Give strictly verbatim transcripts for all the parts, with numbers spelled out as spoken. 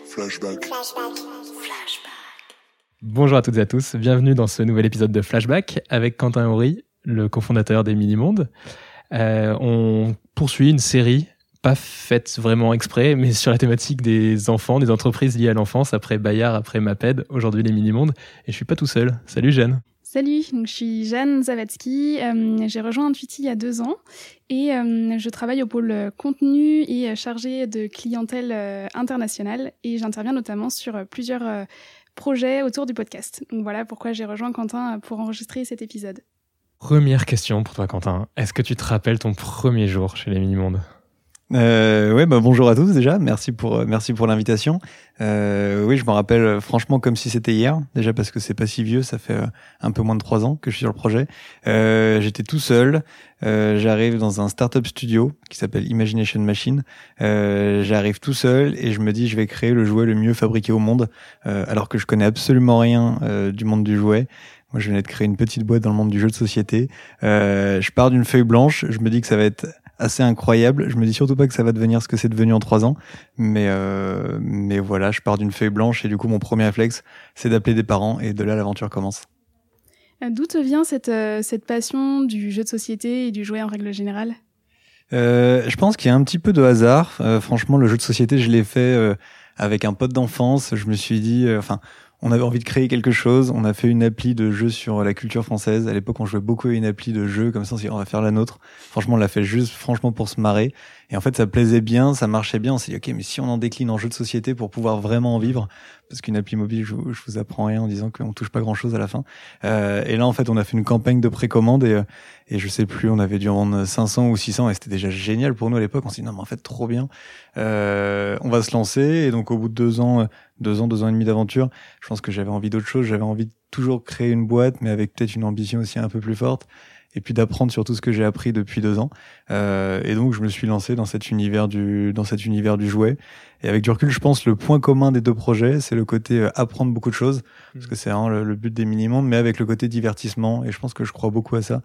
Flashback. Flashback. Bonjour à toutes et à tous, bienvenue dans ce nouvel épisode de Flashback avec Quentin Horry, le cofondateur des Mini-Mondes. Euh, on poursuit une série, pas faite vraiment exprès, mais sur la thématique des enfants, des entreprises liées à l'enfance, après Bayard, après Maped, aujourd'hui les Mini-Mondes. Et je suis pas tout seul. Salut Jeanne. Salut, donc je suis Jeanne Zawadzki, euh, j'ai rejoint Intuiti il y a deux ans et euh, je travaille au pôle contenu et chargée de clientèle euh, internationale et j'interviens notamment sur euh, plusieurs euh, projets autour du podcast. Donc voilà pourquoi j'ai rejoint Quentin pour enregistrer cet épisode. Première question pour toi Quentin, est-ce que tu te rappelles ton premier jour chez les Mini-Mondes ? Euh, ouais, bah bonjour à tous déjà. Merci pour merci pour l'invitation. Euh, oui, je me rappelle franchement comme si c'était hier. Déjà parce que c'est pas si vieux, ça fait euh, un peu moins de trois ans que je suis sur le projet. Euh, j'étais tout seul. Euh, j'arrive dans un startup studio qui s'appelle Imagination Machine. Euh, j'arrive tout seul et je me dis je vais créer le jouet le mieux fabriqué au monde, euh, alors que je connais absolument rien euh, du monde du jouet. Moi, je venais de créer une petite boîte dans le monde du jeu de société. Euh, je pars d'une feuille blanche. Je me dis que ça va être assez incroyable. Je me dis surtout pas que ça va devenir ce que c'est devenu en trois ans. Mais, euh, mais voilà, je pars d'une feuille blanche et du coup, mon premier réflexe, c'est d'appeler des parents et de là, l'aventure commence. D'où te vient cette, euh, cette passion du jeu de société et du jouet en règle générale ? Euh, je pense qu'il y a un petit peu de hasard. Euh, franchement, le jeu de société, je l'ai fait euh, avec un pote d'enfance. Je me suis dit, enfin, euh, on avait envie de créer quelque chose. On a fait une appli de jeu sur la culture française. À l'époque, on jouait beaucoup à une appli de jeu comme ça. On s'est dit, on va faire la nôtre. Franchement, on l'a fait juste, franchement, pour se marrer. Et en fait, ça plaisait bien, ça marchait bien. On s'est dit, ok, mais si on en décline en jeu de société pour pouvoir vraiment en vivre, parce qu'une appli mobile, je, je vous apprends rien en disant qu'on touche pas grand chose à la fin. Euh, et là, en fait, on a fait une campagne de précommande et, et je sais plus, on avait dû en vendre cinq cents ou six cents et c'était déjà génial pour nous à l'époque. On s'est dit, non, mais en fait, trop bien. Euh, on va se lancer. Et donc, au bout de deux ans, deux ans, deux ans et demi d'aventure, je pense que j'avais envie d'autre chose. J'avais envie de toujours créer une boîte, mais avec peut-être une ambition aussi un peu plus forte. Et puis d'apprendre sur tout ce que j'ai appris depuis deux ans. Euh, et donc, je me suis lancé dans cet univers du, dans cet univers du jouet. Et avec du recul, je pense le point commun des deux projets, c'est le côté euh, apprendre beaucoup de choses, parce que c'est vraiment le, le but des Mini-Mondes, mais avec le côté divertissement. Et je pense que je crois beaucoup à ça,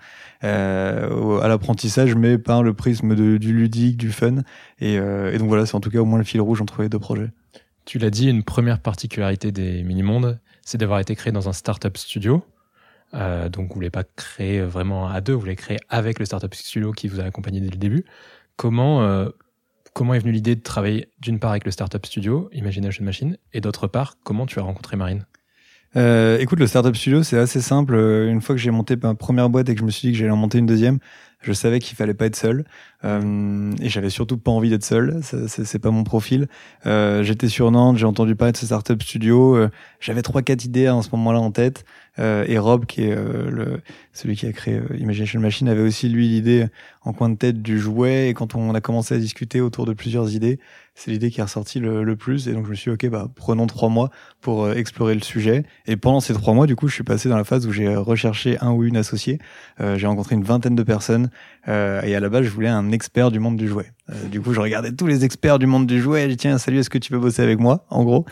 euh, à l'apprentissage, mais par le prisme de, du ludique, du fun. Et, euh, et donc voilà, c'est en tout cas au moins le fil rouge entre les deux projets. Tu l'as dit, une première particularité des Mini-Mondes, c'est d'avoir été créé dans un startup studio. Euh, donc vous ne voulez pas créer vraiment à deux, vous voulez créer avec le startup studio qui vous a accompagné dès le début. Comment, euh, comment est venue l'idée de travailler d'une part avec le startup studio, Imagination Machine, et d'autre part, comment tu as rencontré Marine ? Euh, écoute, le startup studio, c'est assez simple. Une fois que j'ai monté ma première boîte et que je me suis dit que j'allais en monter une deuxième, je savais qu'il fallait pas être seul. Euh, et j'avais surtout pas envie d'être seul. Ça, c'est, c'est pas mon profil. Euh, j'étais sur Nantes, j'ai entendu parler de ce startup studio. Euh, j'avais trois, quatre idées en ce moment-là en tête. Euh, et Rob, qui est euh, le, celui qui a créé euh, Imagination Machine, avait aussi lui l'idée en coin de tête du jouet. Et quand on a commencé à discuter autour de plusieurs idées, c'est l'idée qui est ressortie le, le plus. Et donc je me suis dit, ok, bah prenons trois mois pour euh, explorer le sujet. Et pendant ces trois mois, du coup, je suis passé dans la phase où j'ai recherché un ou une associée. Euh, j'ai rencontré une vingtaine de personnes. Euh, et à la base, je voulais un expert du monde du jouet. Euh, du coup, je regardais tous les experts du monde du jouet. Et j'ai dit, tiens, salut, est-ce que tu veux bosser avec moi, en gros.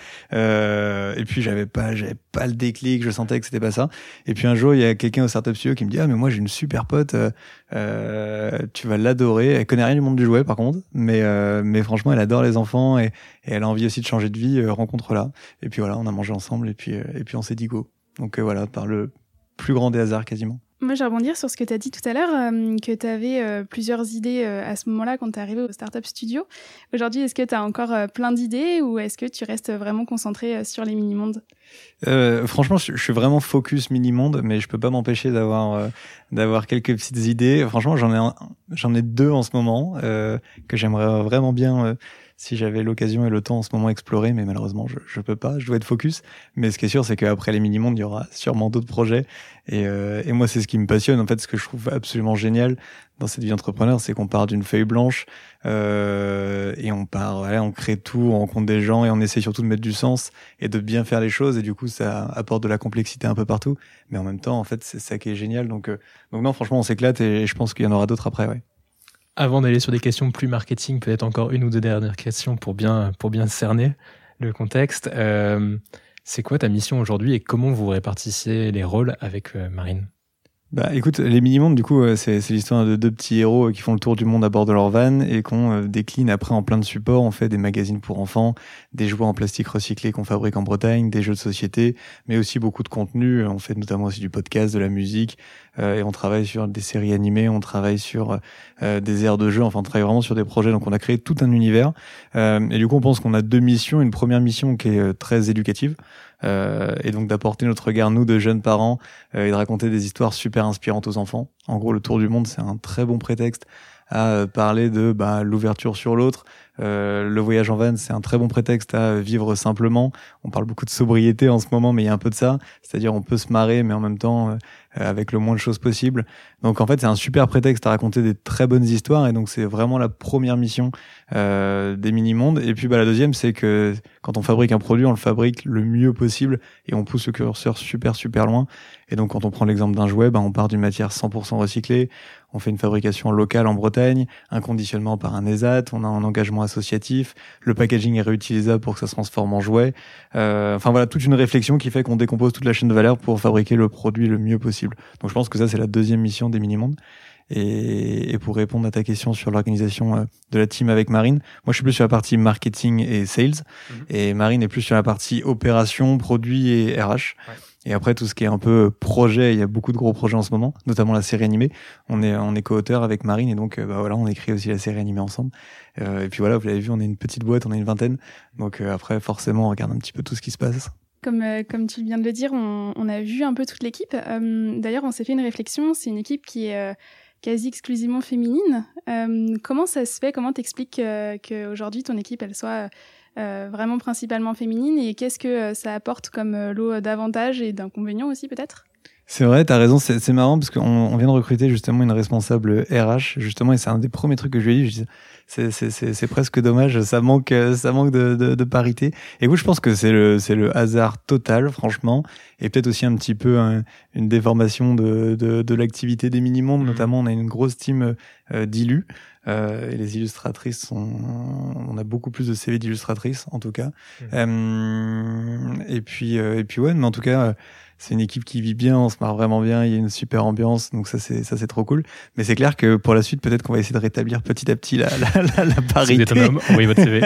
Euh, et puis, j'avais pas, j'avais pas le déclic. Je sentais que c'était pas ça. Et puis un jour, il y a quelqu'un au startup studio qui me dit, ah mais moi j'ai une super pote, euh, euh, tu vas l'adorer. Elle connaît rien du monde du jouet, par contre, mais euh, mais franchement, elle adore les enfants et, et elle a envie aussi de changer de vie. Euh, rencontre-la. Et puis voilà, on a mangé ensemble et puis euh, et puis on s'est dit go. Donc euh, voilà, par le plus grand des hasards quasiment. Moi, je vais rebondir sur ce que tu as dit tout à l'heure, euh, que tu avais euh, plusieurs idées euh, à ce moment-là quand tu es arrivé au Startup Studio. Aujourd'hui, est-ce que tu as encore euh, plein d'idées ou est-ce que tu restes vraiment concentré euh, sur les Mini-Mondes ? Euh, franchement, je, je suis vraiment focus Mini-Monde, mais je peux pas m'empêcher d'avoir euh, d'avoir quelques petites idées. Franchement, j'en ai un, j'en ai deux en ce moment euh, que j'aimerais vraiment bien, euh, si j'avais l'occasion et le temps en ce moment, explorer, mais malheureusement, je je peux pas. Je dois être focus. Mais ce qui est sûr, c'est qu'après les Mini-Mondes, il y aura sûrement d'autres projets. Et, euh, et moi, c'est ce qui me passionne. En fait, ce que je trouve absolument génial dans cette vie d'entrepreneur, c'est qu'on part d'une feuille blanche euh, et on part, ouais, on crée tout, on rencontre des gens et on essaie surtout de mettre du sens et de bien faire les choses. Et du coup, ça apporte de la complexité un peu partout. Mais en même temps, en fait, c'est ça qui est génial. Donc, euh, donc non, franchement, on s'éclate et je pense qu'il y en aura d'autres après, ouais. Avant d'aller sur des questions plus marketing, peut-être encore une ou deux dernières questions pour bien, pour bien cerner le contexte. Euh, c'est quoi ta mission aujourd'hui et comment vous répartissez les rôles avec euh, Marine ? Bah écoute, les mini-mondes du coup c'est, c'est l'histoire de deux petits héros qui font le tour du monde à bord de leur van et qu'on euh, décline après en plein de supports. On fait des magazines pour enfants, des jouets en plastique recyclé qu'on fabrique en Bretagne, des jeux de société, mais aussi beaucoup de contenu. On fait notamment aussi du podcast, de la musique euh, et on travaille sur des séries animées, on travaille sur euh, des aires de jeu, enfin on travaille vraiment sur des projets. Donc on a créé tout un univers euh, et du coup on pense qu'on a deux missions. Une première mission qui est euh, très éducative. Euh, et donc d'apporter notre regard, nous, de jeunes parents, euh, et de raconter des histoires super inspirantes aux enfants. En gros, le tour du monde, c'est un très bon prétexte à euh, parler de bah, l'ouverture sur l'autre. Euh, le voyage en van, c'est un très bon prétexte à vivre simplement. On parle beaucoup de sobriété en ce moment, mais il y a un peu de ça. C'est-à-dire, on peut se marrer, mais en même temps, euh, avec le moins de choses possible. Donc, en fait, c'est un super prétexte à raconter des très bonnes histoires. Et donc, c'est vraiment la première mission euh, des mini-mondes. Et puis, bah, la deuxième, c'est que quand on fabrique un produit, on le fabrique le mieux possible et on pousse le curseur super, super loin. Et donc, quand on prend l'exemple d'un jouet, bah, on part d'une matière cent pour cent recyclée. On fait une fabrication locale en Bretagne, un conditionnement par un E S A T, on a un engagement associatif, le packaging est réutilisable pour que ça se transforme en jouet. Euh, enfin voilà, toute une réflexion qui fait qu'on décompose toute la chaîne de valeur pour fabriquer le produit le mieux possible. Donc je pense que ça, c'est la deuxième mission des mini-mondes. Et, et pour répondre à ta question sur l'organisation de la team avec Marine, moi je suis plus sur la partie marketing et sales, mmh. et Marine est plus sur la partie opération, produit et R H. Ouais. Et après, tout ce qui est un peu projet, il y a beaucoup de gros projets en ce moment, notamment la série animée. On est, on est co-auteur avec Marine et donc, bah voilà, on écrit aussi la série animée ensemble. Euh, et puis voilà, vous l'avez vu, on est une petite boîte, on est une vingtaine. Donc euh, après, forcément, on regarde un petit peu tout ce qui se passe. Comme, euh, comme tu viens de le dire, on, on a vu un peu toute l'équipe. Euh, d'ailleurs, on s'est fait une réflexion. C'est une équipe qui est euh, quasi exclusivement féminine. Euh, comment ça se fait? Comment t'expliques euh, qu'aujourd'hui, ton équipe, elle soit... Euh, Euh, vraiment principalement féminine, et qu'est-ce que euh, ça apporte comme euh, lot d'avantages et d'inconvénients aussi peut-être? C'est vrai, t'as raison, c'est, c'est marrant parce qu'on on vient de recruter justement une responsable R H justement, et c'est un des premiers trucs que je lui ai dit. Je dis, c'est, c'est, c'est, c'est presque dommage, ça manque, ça manque de, de, de parité. Et oui, je pense que c'est le, c'est le hasard total, franchement, et peut-être aussi un petit peu un, une déformation de, de, de l'activité des mini-mondes. Mmh. Notamment, on a une grosse team euh, d'illus. Euh, et les illustratrices sont, on a beaucoup plus de C V d'illustratrices en tout cas. Mmh. Euh, et puis, euh, et puis ouais, mais en tout cas, euh, c'est une équipe qui vit bien, on se marre vraiment bien, il y a une super ambiance, donc ça c'est ça c'est trop cool. Mais c'est clair que pour la suite, peut-être qu'on va essayer de rétablir petit à petit la la la, la parité. Si vous êtes un homme, envoyez votre C V.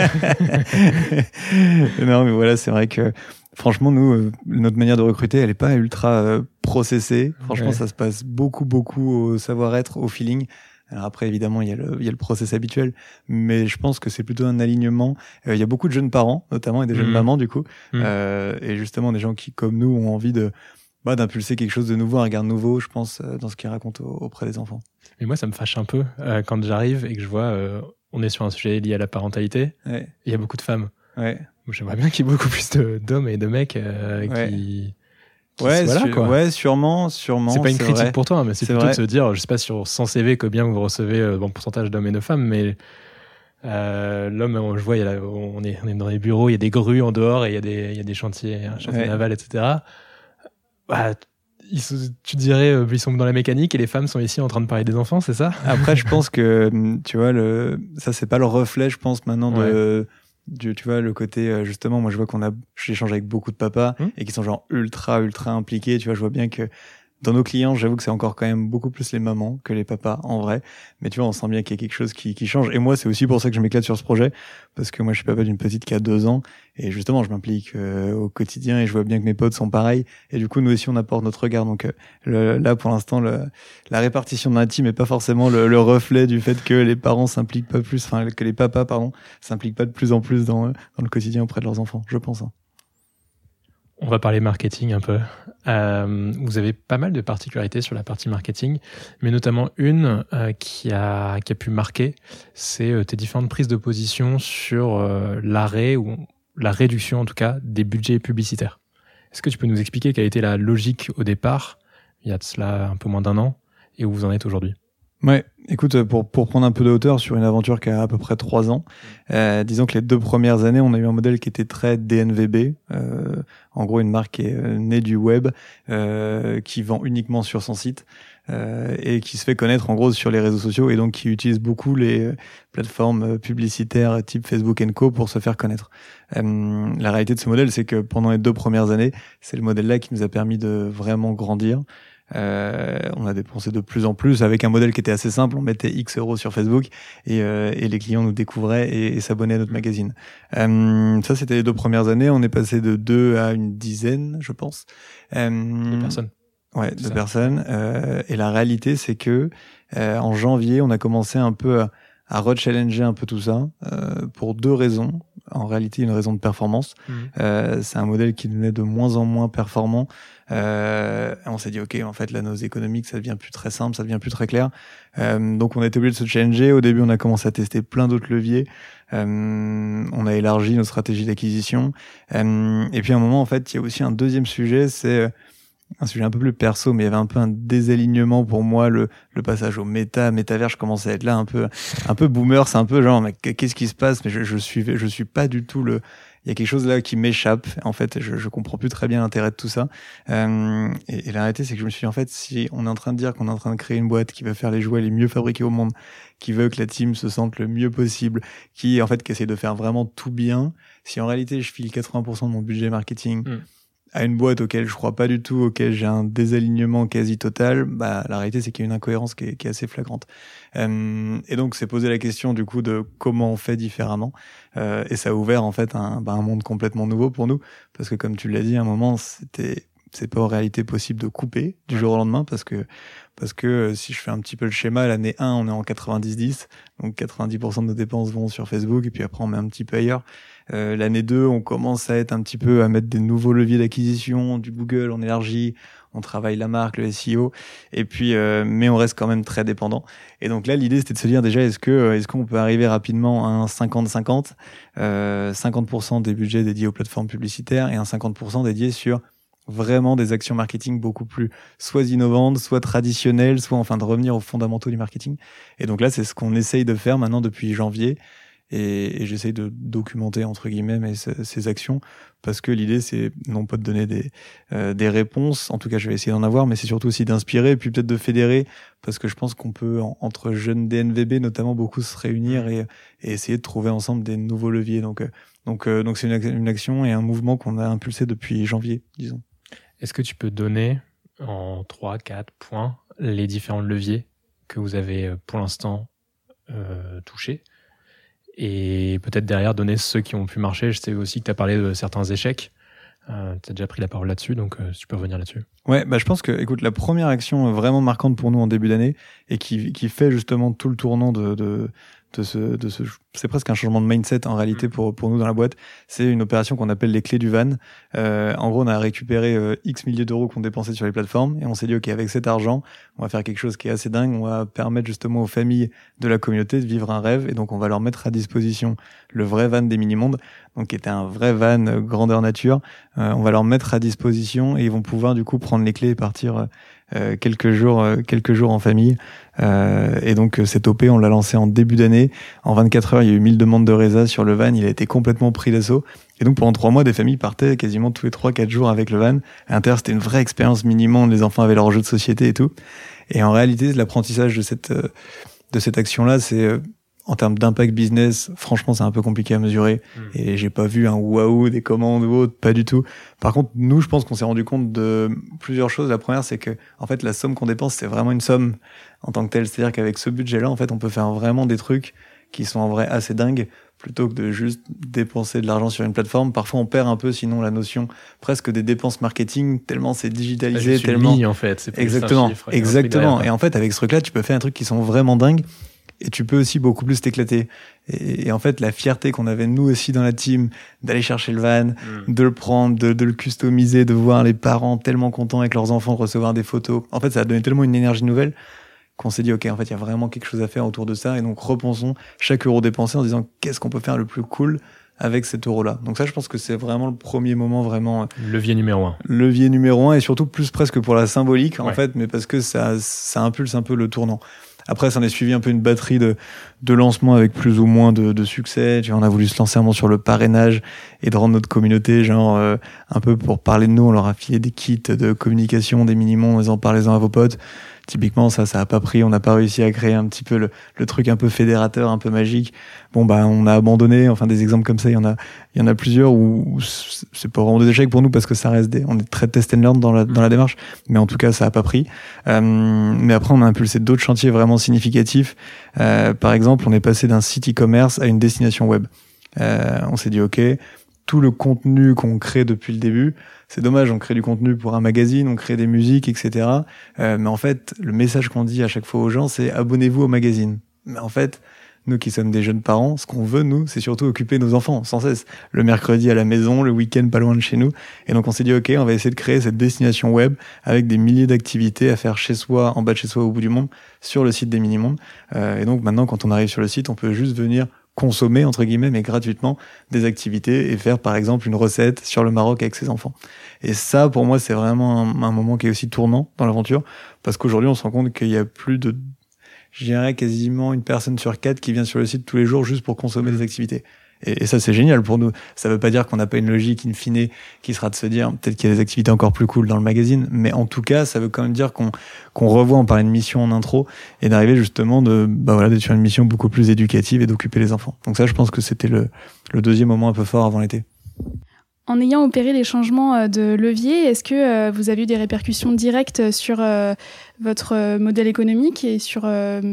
Non, mais voilà, c'est vrai que franchement, nous, euh, notre manière de recruter, elle est pas ultra euh, processée. Franchement, ouais. Ça se passe beaucoup beaucoup au savoir-être, au feeling. Alors après, évidemment, il y a le, il y a le process habituel, mais je pense que c'est plutôt un alignement. Euh, il y a beaucoup de jeunes parents, notamment, et des jeunes mmh. mamans, du coup, mmh. euh, et justement des gens qui, comme nous, ont envie de, bah, d'impulser quelque chose de nouveau, un regard nouveau, je pense, euh, dans ce qu'ils racontent au, auprès des enfants. Mais moi, ça me fâche un peu euh, quand j'arrive et que je vois, euh, on est sur un sujet lié à la parentalité. Ouais. Il y a beaucoup de femmes. Ouais. J'aimerais bien qu'il y ait beaucoup plus de, d'hommes et de mecs euh, ouais. qui... Ouais, voilà, su- quoi. ouais, sûrement, sûrement. C'est pas une c'est critique vrai. pour toi, mais c'est, c'est plutôt vrai. de se dire, je sais pas sur cent C V combien vous recevez euh, bon pourcentage d'hommes et de femmes, mais euh, l'homme, je vois, il y a la, on est, on est dans les bureaux, il y a des grues en dehors et il y a des, il y a des chantiers, un chantier ouais. naval, et cetera. Bah, ils, tu dirais, euh, ils sont dans la mécanique et les femmes sont ici en train de parler des enfants, c'est ça? Après, je pense que, tu vois, le, ça c'est pas le reflet, je pense maintenant de. Ouais. Du, tu vois, le côté, justement, moi je vois qu'on a, j'échange avec beaucoup de papas mmh. et qui sont genre ultra, ultra impliqués. Tu vois, je vois bien que dans nos clients, j'avoue que c'est encore quand même beaucoup plus les mamans que les papas, en vrai. Mais tu vois, on sent bien qu'il y a quelque chose qui, qui change. Et moi, c'est aussi pour ça que je m'éclate sur ce projet. Parce que moi, je suis papa d'une petite qui a deux ans. Et justement, je m'implique euh, au quotidien et je vois bien que mes potes sont pareils. Et du coup, nous aussi, on apporte notre regard. Donc euh, le, là, pour l'instant, le, la répartition d'un team n'est pas forcément le, le reflet du fait que les parents s'impliquent pas plus, enfin, que les papas, pardon, s'impliquent pas de plus en plus dans, dans le quotidien auprès de leurs enfants, je pense. Hein. On va parler marketing un peu. Euh, vous avez pas mal de particularités sur la partie marketing, mais notamment une euh, qui a qui a pu marquer, c'est euh, tes différentes prises de position sur euh, l'arrêt ou la réduction en tout cas des budgets publicitaires. Est-ce que tu peux nous expliquer quelle a été la logique au départ, il y a de cela un peu moins d'un an, et où vous en êtes aujourd'hui? Ouais, écoute, pour pour prendre un peu de hauteur sur une aventure qui a à peu près trois ans, euh, disons que les deux premières années, on a eu un modèle qui était très D N V B, euh, en gros une marque qui est euh, née du web, euh, qui vend uniquement sur son site euh, et qui se fait connaître en gros sur les réseaux sociaux et donc qui utilise beaucoup les euh, plateformes publicitaires type Facebook and Co pour se faire connaître. Euh, la réalité de ce modèle, c'est que pendant les deux premières années, c'est le modèle-là qui nous a permis de vraiment grandir. Euh, on a dépensé de plus en plus avec un modèle qui était assez simple. On mettait X euros sur Facebook et, euh, et les clients nous découvraient et, et s'abonnaient à notre magazine. Euh, ça, c'était les deux premières années. On est passé de deux à une dizaine, je pense. Euh, de personnes. Ouais, de personnes. Euh, et la réalité, c'est que euh, en janvier, on a commencé un peu à, à rechallenger un peu tout ça euh, pour deux raisons. En réalité, une raison de performance. Mmh. Euh, c'est un modèle qui devenait de moins en moins performant. Euh, on s'est dit, ok, en fait, là, nos économiques, ça devient plus très simple, ça devient plus très clair. Euh, donc, on a été obligé de se challenger. Au début, on a commencé à tester plein d'autres leviers. Euh, on a élargi nos stratégies d'acquisition. Euh, et puis, à un moment, en fait, il y a aussi un deuxième sujet, c'est un sujet un peu plus perso, mais il y avait un peu un désalignement pour moi, le, le passage au méta, métavers, je commençais à être là un peu, un peu boomer, c'est un peu genre, mais qu'est-ce qui se passe? Mais je, je suis, je suis pas du tout le, il y a quelque chose là qui m'échappe. En fait, je, je comprends plus très bien l'intérêt de tout ça. Euh, et, et la réalité, c'est que je me suis dit, en fait, si on est en train de dire qu'on est en train de créer une boîte qui veut faire les jouets les mieux fabriqués au monde, qui veut que la team se sente le mieux possible, qui, en fait, qui essaie de faire vraiment tout bien, si en réalité, je file quatre-vingts pour cent de mon budget marketing, mm. à une boîte auquel je crois pas du tout, auquel j'ai un désalignement quasi total, bah la réalité c'est qu'il y a une incohérence qui est, qui est assez flagrante. Euh, et donc c'est posé la question du coup de comment on fait différemment. Euh, et ça a ouvert en fait un, bah, un monde complètement nouveau pour nous, parce que comme tu l'as dit, à un moment c'était c'est pas en réalité possible de couper du jour au lendemain, parce que parce que si je fais un petit peu le schéma, l'année un on est en quatre-vingt-dix dix, donc quatre-vingt-dix pour cent de nos dépenses vont sur Facebook et puis après on met un petit peu ailleurs. Euh, l'année deux, on commence à être un petit peu à mettre des nouveaux leviers d'acquisition, du Google, on élargit, on travaille la marque, le S E O, et puis euh, mais on reste quand même très dépendant. Et donc là, l'idée c'était de se dire déjà, est-ce que est-ce qu'on peut arriver rapidement à un cinquante cinquante, euh, cinquante pour cent des budgets dédiés aux plateformes publicitaires et un cinquante pour cent dédiés sur vraiment des actions marketing beaucoup plus soit innovantes, soit traditionnelles, soit enfin de revenir aux fondamentaux du marketing. Et donc là, c'est ce qu'on essaye de faire maintenant depuis janvier. Et, et j'essaye de documenter entre guillemets mes, ces actions, parce que l'idée c'est non pas de donner des euh, des réponses, en tout cas je vais essayer d'en avoir, mais c'est surtout aussi d'inspirer et puis peut-être de fédérer, parce que je pense qu'on peut en, entre jeunes D N V B notamment beaucoup se réunir et, et essayer de trouver ensemble des nouveaux leviers. Donc euh, donc euh, donc c'est une, une action et un mouvement qu'on a impulsé depuis janvier, disons. Est-ce que tu peux donner en trois quatre points les différents leviers que vous avez pour l'instant euh, touchés? Et peut-être derrière donner ceux qui ont pu marcher. Je sais aussi que tu as parlé de certains échecs. Euh, tu as déjà pris la parole là-dessus, donc euh, si tu peux revenir là-dessus. Ouais, bah je pense que, écoute, la première action vraiment marquante pour nous en début d'année et qui qui fait justement tout le tournant de de de ce de ce c'est presque un changement de mindset en réalité pour pour nous dans la boîte. C'est une opération qu'on appelle les clés du van. Euh, en gros, on a récupéré euh, X milliers d'euros qu'on dépensait sur les plateformes et on s'est dit ok, avec cet argent, on va faire quelque chose qui est assez dingue. On va permettre justement aux familles de la communauté de vivre un rêve et donc on va leur mettre à disposition le vrai van des mini-mondes, donc qui était un vrai van euh, grandeur nature. Euh, on va leur mettre à disposition et ils vont pouvoir du coup prendre les clés et partir euh, quelques jours euh, quelques jours en famille. Euh, et donc cette O P on l'a lancé en début d'année. En vingt-quatre heures il y a eu mille demandes de résa sur le van, il a été complètement pris d'assaut. Et donc pendant trois mois des familles partaient quasiment tous les trois quatre jours avec le van. À l'intérieur c'était une vraie expérience mini-monde, les enfants avaient leurs jeux de société et tout. Et en réalité l'apprentissage de cette euh, de cette action là, c'est euh, en termes d'impact business, franchement, c'est un peu compliqué à mesurer. Mmh. Et j'ai pas vu un waouh des commandes ou autre, pas du tout. Par contre, nous, je pense qu'on s'est rendu compte de plusieurs choses. La première, c'est que, en fait, la somme qu'on dépense, c'est vraiment une somme en tant que telle. C'est-à-dire qu'avec ce budget-là, en fait, on peut faire vraiment des trucs qui sont en vrai assez dingues, plutôt que de juste dépenser de l'argent sur une plateforme. Parfois, on perd un peu, sinon, la notion presque des dépenses marketing, tellement c'est digitalisé, tellement. Mis, en fait. C'est exactement. Chiffre, exactement. Et en fait, avec ce truc-là, tu peux faire un truc qui sont vraiment dingues. Et tu peux aussi beaucoup plus t'éclater. Et, et en fait, la fierté qu'on avait nous aussi dans la team, d'aller chercher le van, mmh. de le prendre, de, de le customiser, de voir les parents tellement contents avec leurs enfants de recevoir des photos. En fait, ça a donné tellement une énergie nouvelle qu'on s'est dit, OK, en fait, il y a vraiment quelque chose à faire autour de ça. Et donc, repensons chaque euro dépensé en se disant, qu'est-ce qu'on peut faire le plus cool avec cet euro-là. Donc ça, je pense que c'est vraiment le premier moment vraiment... Levier numéro un. Levier numéro un, et surtout plus presque pour la symbolique, en ouais. fait, mais parce que ça, ça impulse un peu le tournant. Après, ça en est suivi un peu une batterie de, de lancements avec plus ou moins de, de succès. Tu vois, on a voulu se lancer un moment sur le parrainage et de rendre notre communauté, genre, euh, un peu pour parler de nous, on leur a filé des kits de communication, des mini-mondes, en disant parlez-en à vos potes. Typiquement, ça, ça a pas pris. On n'a pas réussi à créer un petit peu le, le truc un peu fédérateur, un peu magique. Bon, bah, on a abandonné. Enfin, des exemples comme ça, il y en a, il y en a plusieurs où c'est pas vraiment des échecs pour nous parce que ça reste des, on est très test and learn dans la, dans la démarche. Mais en tout cas, ça a pas pris. Euh, mais après, on a impulsé d'autres chantiers vraiment significatifs. Euh, par exemple, on est passé d'un site e-commerce à une destination web. Euh, on s'est dit, OK, tout le contenu qu'on crée depuis le début, c'est dommage, on crée du contenu pour un magazine, on crée des musiques, et cetera. Euh, mais en fait, le message qu'on dit à chaque fois aux gens, c'est abonnez-vous au magazine. Mais en fait, nous qui sommes des jeunes parents, ce qu'on veut, nous, c'est surtout occuper nos enfants, sans cesse. Le mercredi à la maison, le week-end pas loin de chez nous. Et donc on s'est dit, OK, on va essayer de créer cette destination web avec des milliers d'activités à faire chez soi, en bas de chez soi, au bout du monde, sur le site des Mini-Mondes. Euh, et donc maintenant, quand on arrive sur le site, on peut juste venir consommer, entre guillemets, mais gratuitement, des activités et faire, par exemple, une recette sur le Maroc avec ses enfants. Et ça, pour moi, c'est vraiment un, un moment qui est aussi tournant dans l'aventure, parce qu'aujourd'hui, on se rend compte qu'il y a plus de, je dirais, quasiment une personne sur quatre qui vient sur le site tous les jours juste pour consommer des activités. Et, et ça, c'est génial pour nous. Ça veut pas dire qu'on n'a pas une logique in fine qui sera de se dire peut-être qu'il y a des activités encore plus cool dans le magazine, mais en tout cas, ça veut quand même dire qu'on qu'on revoit, on parlait de mission en intro, et d'arriver justement de bah voilà d'être sur une mission beaucoup plus éducative et d'occuper les enfants. Donc ça, je pense que c'était le le deuxième moment un peu fort avant l'été. En ayant opéré les changements de levier, est-ce que vous avez eu des répercussions directes sur votre modèle économique et sur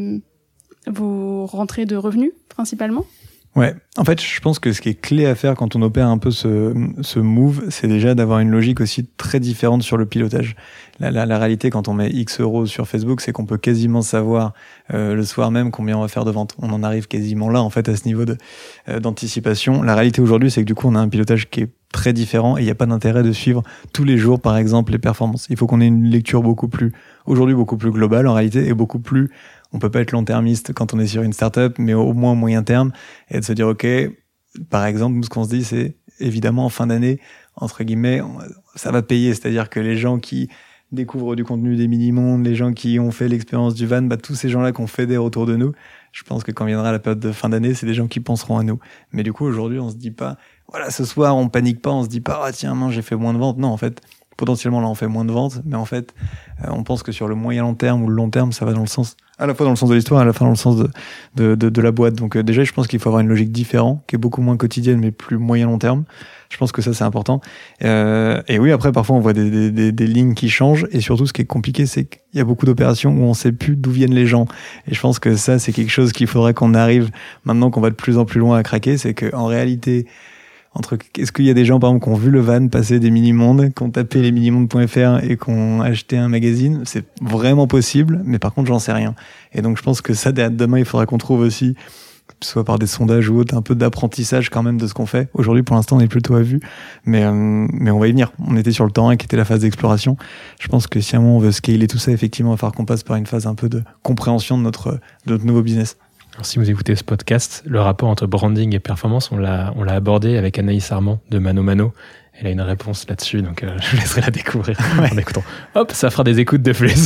vos rentrées de revenus principalement ? Ouais, en fait, je pense que ce qui est clé à faire quand on opère un peu ce, ce move, c'est déjà d'avoir une logique aussi très différente sur le pilotage. La, la, la réalité, quand on met X euros sur Facebook, c'est qu'on peut quasiment savoir euh, le soir même combien on va faire de ventes. On en arrive quasiment là, en fait, à ce niveau de, euh, d'anticipation. La réalité aujourd'hui, c'est que du coup, on a un pilotage qui est très différent et il n'y a pas d'intérêt de suivre tous les jours, par exemple, les performances. Il faut qu'on ait une lecture beaucoup plus, aujourd'hui, beaucoup plus globale, en réalité, et beaucoup plus. On peut pas être long-termiste quand on est sur une start-up, mais au moins au moyen terme, et de se dire, OK, par exemple, nous, ce qu'on se dit, c'est évidemment en fin d'année, entre guillemets, ça va payer. C'est-à-dire que les gens qui découvrent du contenu des Mini-Mondes, les gens qui ont fait l'expérience du van, bah, tous ces gens-là qu'on fédère autour de nous, je pense que quand viendra la période de fin d'année, c'est des gens qui penseront à nous. Mais du coup, aujourd'hui, on se dit pas, voilà, ce soir, on panique pas, on se dit pas, ah, tiens, non, j'ai fait moins de ventes. Non, en fait, potentiellement, là, on fait moins de ventes, mais en fait, euh, on pense que sur le moyen long terme ou le long terme, ça va dans le sens, à la fois dans le sens de l'histoire, à la fois dans le sens de, de, de, de la boîte. Donc, euh, déjà, je pense qu'il faut avoir une logique différente, qui est beaucoup moins quotidienne, mais plus moyen long terme. Je pense que ça, c'est important. Euh, et oui, après, parfois, on voit des, des, des, des lignes qui changent. Et surtout, ce qui est compliqué, c'est qu'il y a beaucoup d'opérations où on sait plus d'où viennent les gens. Et je pense que ça, c'est quelque chose qu'il faudrait qu'on arrive, maintenant qu'on va de plus en plus loin à craquer, c'est qu'en réalité, entre, est-ce qu'il y a des gens, par exemple, qui ont vu le van passer des Mini-Mondes, qui ont tapé les minimondes point f r et qui ont acheté un magazine? C'est vraiment possible, mais par contre, j'en sais rien. Et donc, je pense que ça, demain, il faudra qu'on trouve aussi, soit par des sondages ou autre, un peu d'apprentissage quand même de ce qu'on fait. Aujourd'hui, pour l'instant, on est plutôt à vue, mais, euh, mais on va y venir. On était sur le temps un qui était la phase d'exploration. Je pense que si à un moment on veut scaler tout ça, effectivement, il va falloir qu'on passe par une phase un peu de compréhension de notre, de notre nouveau business. Alors, si vous écoutez ce podcast, le rapport entre branding et performance, on l'a, on l'a abordé avec Anaïs Armand de Mano Mano. Elle a une réponse là-dessus, donc euh, je vous laisserai la découvrir ouais. en écoutant. Hop, ça fera des écoutes de plus.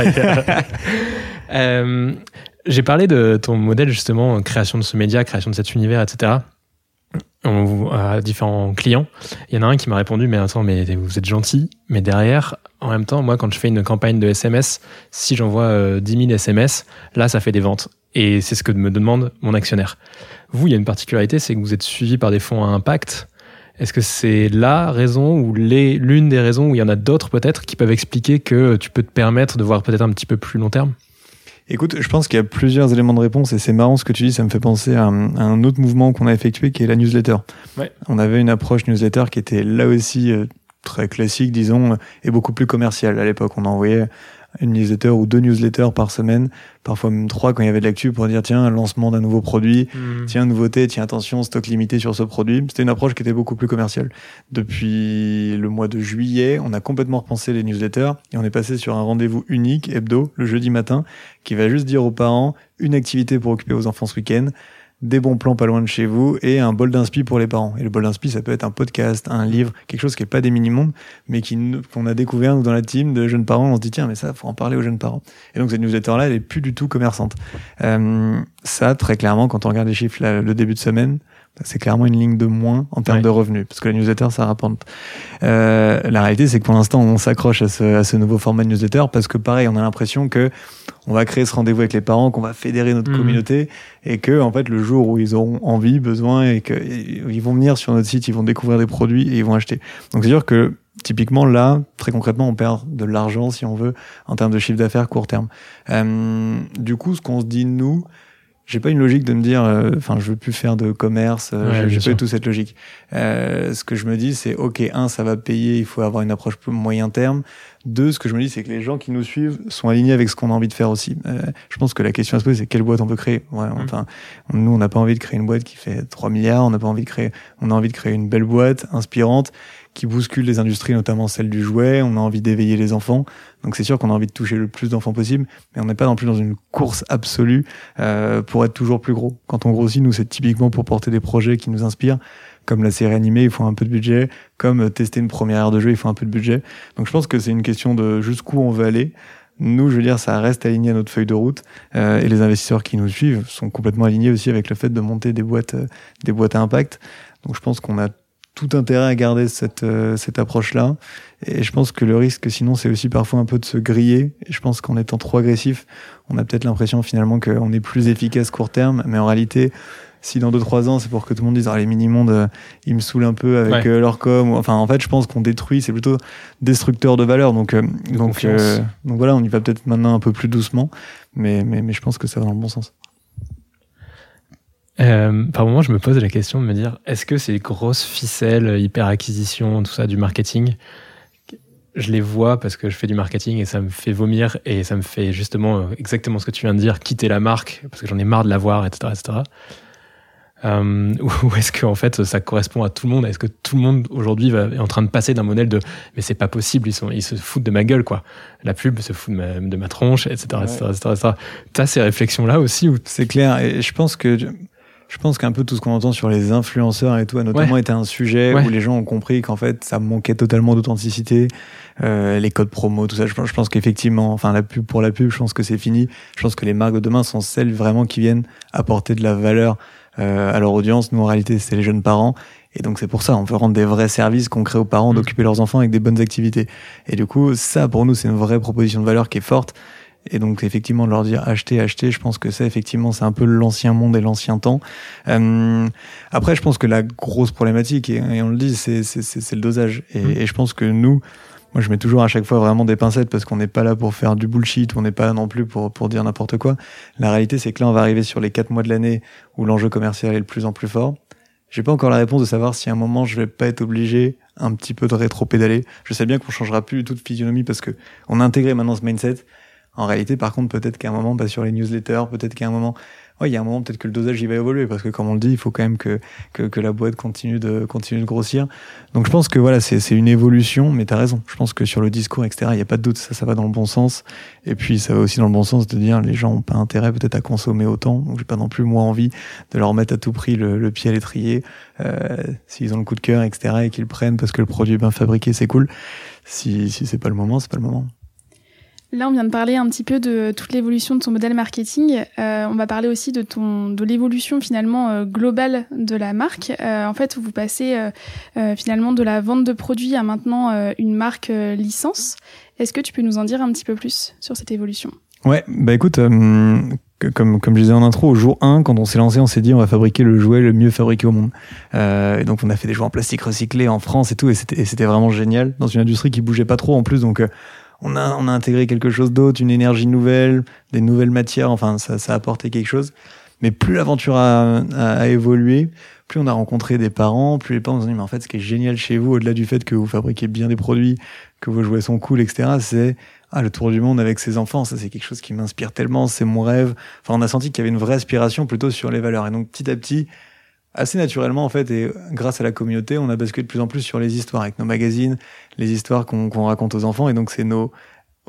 euh, j'ai parlé de ton modèle, justement, création de ce média, création de cet univers, et cetera. On, à différents clients. Il y en a un qui m'a répondu, mais attends, mais vous êtes gentil, mais derrière, en même temps, moi, quand je fais une campagne de S M S, si j'envoie euh, dix mille S M S, là, ça fait des ventes. Et c'est ce que me demande mon actionnaire. Vous, il y a une particularité, c'est que vous êtes suivi par des fonds à impact. Est-ce que c'est la raison ou les, l'une des raisons, où il y en a d'autres peut-être, qui peuvent expliquer que tu peux te permettre de voir peut-être un petit peu plus long terme ? Écoute, je pense qu'il y a plusieurs éléments de réponse et c'est marrant ce que tu dis, ça me fait penser à un, à un autre mouvement qu'on a effectué qui est la newsletter. Ouais. On avait une approche newsletter qui était là aussi euh, très classique, disons, et beaucoup plus commerciale. À l'époque, on envoyait une newsletter ou deux newsletters par semaine, parfois même trois quand il y avait de l'actu pour dire tiens, lancement d'un nouveau produit, mmh. tiens, nouveauté, tiens, attention, stock limité sur ce produit. C'était une approche qui était beaucoup plus commerciale. Depuis le mois de juillet, on a complètement repensé les newsletters et on est passé sur un rendez-vous unique, hebdo, le jeudi matin, qui va juste dire aux parents une activité pour occuper vos enfants ce week-end, des bons plans pas loin de chez vous et un bol d'inspi pour les parents. Et le bol d'inspi, ça peut être un podcast, un livre, quelque chose qui est pas des mini-mondes, mais qui, qu'on a découvert nous, dans la team de jeunes parents. On se dit, tiens, mais ça, faut en parler aux jeunes parents. Et donc, cette newsletter-là, elle est plus du tout commerçante. Euh, ça, très clairement, quand on regarde les chiffres, là, le début de semaine, c'est clairement une ligne de moins en termes ouais. de revenus, parce que la newsletter, ça rapporte. Euh, la réalité, c'est que pour l'instant, on s'accroche à ce, à ce nouveau format de newsletter, parce que pareil, on a l'impression que on va créer ce rendez-vous avec les parents, qu'on va fédérer notre mmh. communauté, et que, en fait, le jour où ils auront envie, besoin, et qu'ils vont venir sur notre site, ils vont découvrir des produits et ils vont acheter. Donc, c'est sûr que, typiquement, là, très concrètement, on perd de l'argent, si on veut, en termes de chiffre d'affaires court terme. Euh, du coup, ce qu'on se dit, nous, j'ai pas une logique de me dire, enfin, euh, je veux plus faire de commerce, euh, ouais, j'ai pas du tout cette logique. Euh, ce que je me dis, c'est, ok, un, ça va payer, il faut avoir une approche plus moyen terme. Deux, ce que je me dis, c'est que les gens qui nous suivent sont alignés avec ce qu'on a envie de faire aussi. Euh, je pense que la question à se poser, c'est quelle boîte on veut créer. Ouais, mmh. Enfin, nous, on n'a pas envie de créer une boîte qui fait trois milliards, on n'a pas envie de créer, on a envie de créer une belle boîte, inspirante, qui bouscule les industries, notamment celle du jouet. On a envie d'éveiller les enfants. Donc c'est sûr qu'on a envie de toucher le plus d'enfants possible, mais on n'est pas non plus dans une course absolue euh, pour être toujours plus gros. Quand on grossit, nous, c'est typiquement pour porter des projets qui nous inspirent. Comme la série animée, il faut un peu de budget. Comme tester une première aire de jeu, il faut un peu de budget. Donc je pense que c'est une question de jusqu'où on veut aller. Nous, je veux dire, ça reste aligné à notre feuille de route. Euh, et les investisseurs qui nous suivent sont complètement alignés aussi avec le fait de monter des boîtes, euh, des boîtes à impact. Donc je pense qu'on a tout intérêt à garder cette, euh, cette approche-là. Et je pense que le risque, sinon, c'est aussi parfois un peu de se griller. Et je pense qu'en étant trop agressif, on a peut-être l'impression finalement qu'on est plus efficace court terme. Mais en réalité, si dans deux trois ans, c'est pour que tout le monde dise « Ah, les mini-mondes, euh, ils me saoulent un peu avec ouais. euh, leur com. » Enfin, en fait, je pense qu'on détruit, c'est plutôt destructeur de valeur. Donc, euh, de donc, euh, donc voilà, on y va peut-être maintenant un peu plus doucement. Mais, mais, mais je pense que ça va dans le bon sens. Euh, par moment, je me pose la question de me dire, est-ce que ces grosses ficelles, hyper acquisition, tout ça, du marketing, je les vois parce que je fais du marketing et ça me fait vomir et ça me fait justement exactement ce que tu viens de dire, quitter la marque parce que j'en ai marre de la voir, et cetera, et cetera. Euh, ou est-ce que en fait ça correspond à tout le monde? Est-ce que tout le monde aujourd'hui va, est en train de passer d'un modèle de mais c'est pas possible, ils sont ils se foutent de ma gueule quoi, la pub se fout de ma, de ma tronche, et cetera, ouais. et cetera, et cetera, et cetera. T'as ces réflexions là aussi ou... C'est clair et je pense que Je pense qu'un peu tout ce qu'on entend sur les influenceurs et tout a notamment ouais. été un sujet ouais. où les gens ont compris qu'en fait ça manquait totalement d'authenticité, euh, les codes promo, tout ça. Je pense, je pense qu'effectivement, enfin la pub pour la pub, je pense que c'est fini. Je pense que les marques de demain sont celles vraiment qui viennent apporter de la valeur euh, à leur audience. Nous en réalité c'est les jeunes parents. Et donc c'est pour ça, on veut rendre des vrais services concrets aux parents, mmh. d'occuper leurs enfants avec des bonnes activités. Et du coup, ça pour nous c'est une vraie proposition de valeur qui est forte. Et donc effectivement de leur dire acheter, acheter, je pense que ça effectivement c'est un peu l'ancien monde et l'ancien temps. Euh, après je pense que la grosse problématique, et, et on le dit, c'est, c'est, c'est, c'est le dosage. Et, mmh. et je pense que nous, moi je mets toujours à chaque fois vraiment des pincettes parce qu'on n'est pas là pour faire du bullshit, on n'est pas là non plus pour, pour dire n'importe quoi. La réalité c'est que là on va arriver sur les quatre mois de l'année où l'enjeu commercial est de plus en plus fort. J'ai pas encore la réponse de savoir si à un moment je vais pas être obligé un petit peu de rétro-pédaler. Je sais bien qu'on changera plus du tout de physionomie parce que on a intégré maintenant ce mindset. En réalité, par contre, peut-être qu'à un moment, bah, sur les newsletters, peut-être qu'à un moment, ouais, il y a un moment, peut-être que le dosage, il va évoluer, parce que, comme on le dit, il faut quand même que, que, que la boîte continue de, continue de grossir. Donc, je pense que voilà, c'est, c'est une évolution, mais t'as raison. Je pense que sur le discours, et cetera, il n'y a pas de doute, ça, ça va dans le bon sens. Et puis, ça va aussi dans le bon sens de dire, les gens ont pas intérêt, peut-être, à consommer autant. Donc, j'ai pas non plus, moi, envie de leur mettre à tout prix le, le pied à l'étrier, euh, s'ils ont le coup de cœur, et cetera, et qu'ils le prennent parce que le produit est bien fabriqué, c'est cool. Si, si c'est pas le moment, c'est pas le moment. Là, on vient de parler un petit peu de toute l'évolution de ton modèle marketing. Euh, on va parler aussi de ton de l'évolution finalement euh, globale de la marque. Euh, en fait, vous passez euh, euh, finalement de la vente de produits à maintenant euh, une marque euh, licence. Est-ce que tu peux nous en dire un petit peu plus sur cette évolution ? Ouais, bah écoute, euh, comme comme je disais en intro, au jour un, quand on s'est lancé, on s'est dit on va fabriquer le jouet le mieux fabriqué au monde. Euh, et donc on a fait des jouets en plastique recyclé en France et tout, et c'était et c'était vraiment génial dans une industrie qui bougeait pas trop en plus, donc. Euh, On a, on a intégré quelque chose d'autre, une énergie nouvelle, des nouvelles matières, enfin, ça, ça a apporté quelque chose. Mais plus l'aventure a, a, a évolué, plus on a rencontré des parents, plus les parents nous ont dit, mais en fait, ce qui est génial chez vous, au-delà du fait que vous fabriquez bien des produits, que vos jouets sont cool, et cetera, c'est, ah, le tour du monde avec ses enfants, ça, c'est quelque chose qui m'inspire tellement, c'est mon rêve. Enfin, on a senti qu'il y avait une vraie aspiration plutôt sur les valeurs. Et donc, petit à petit, assez naturellement, en fait, et grâce à la communauté, on a basculé de plus en plus sur les histoires avec nos magazines, les histoires qu'on, qu'on raconte aux enfants. Et donc, c'est nos,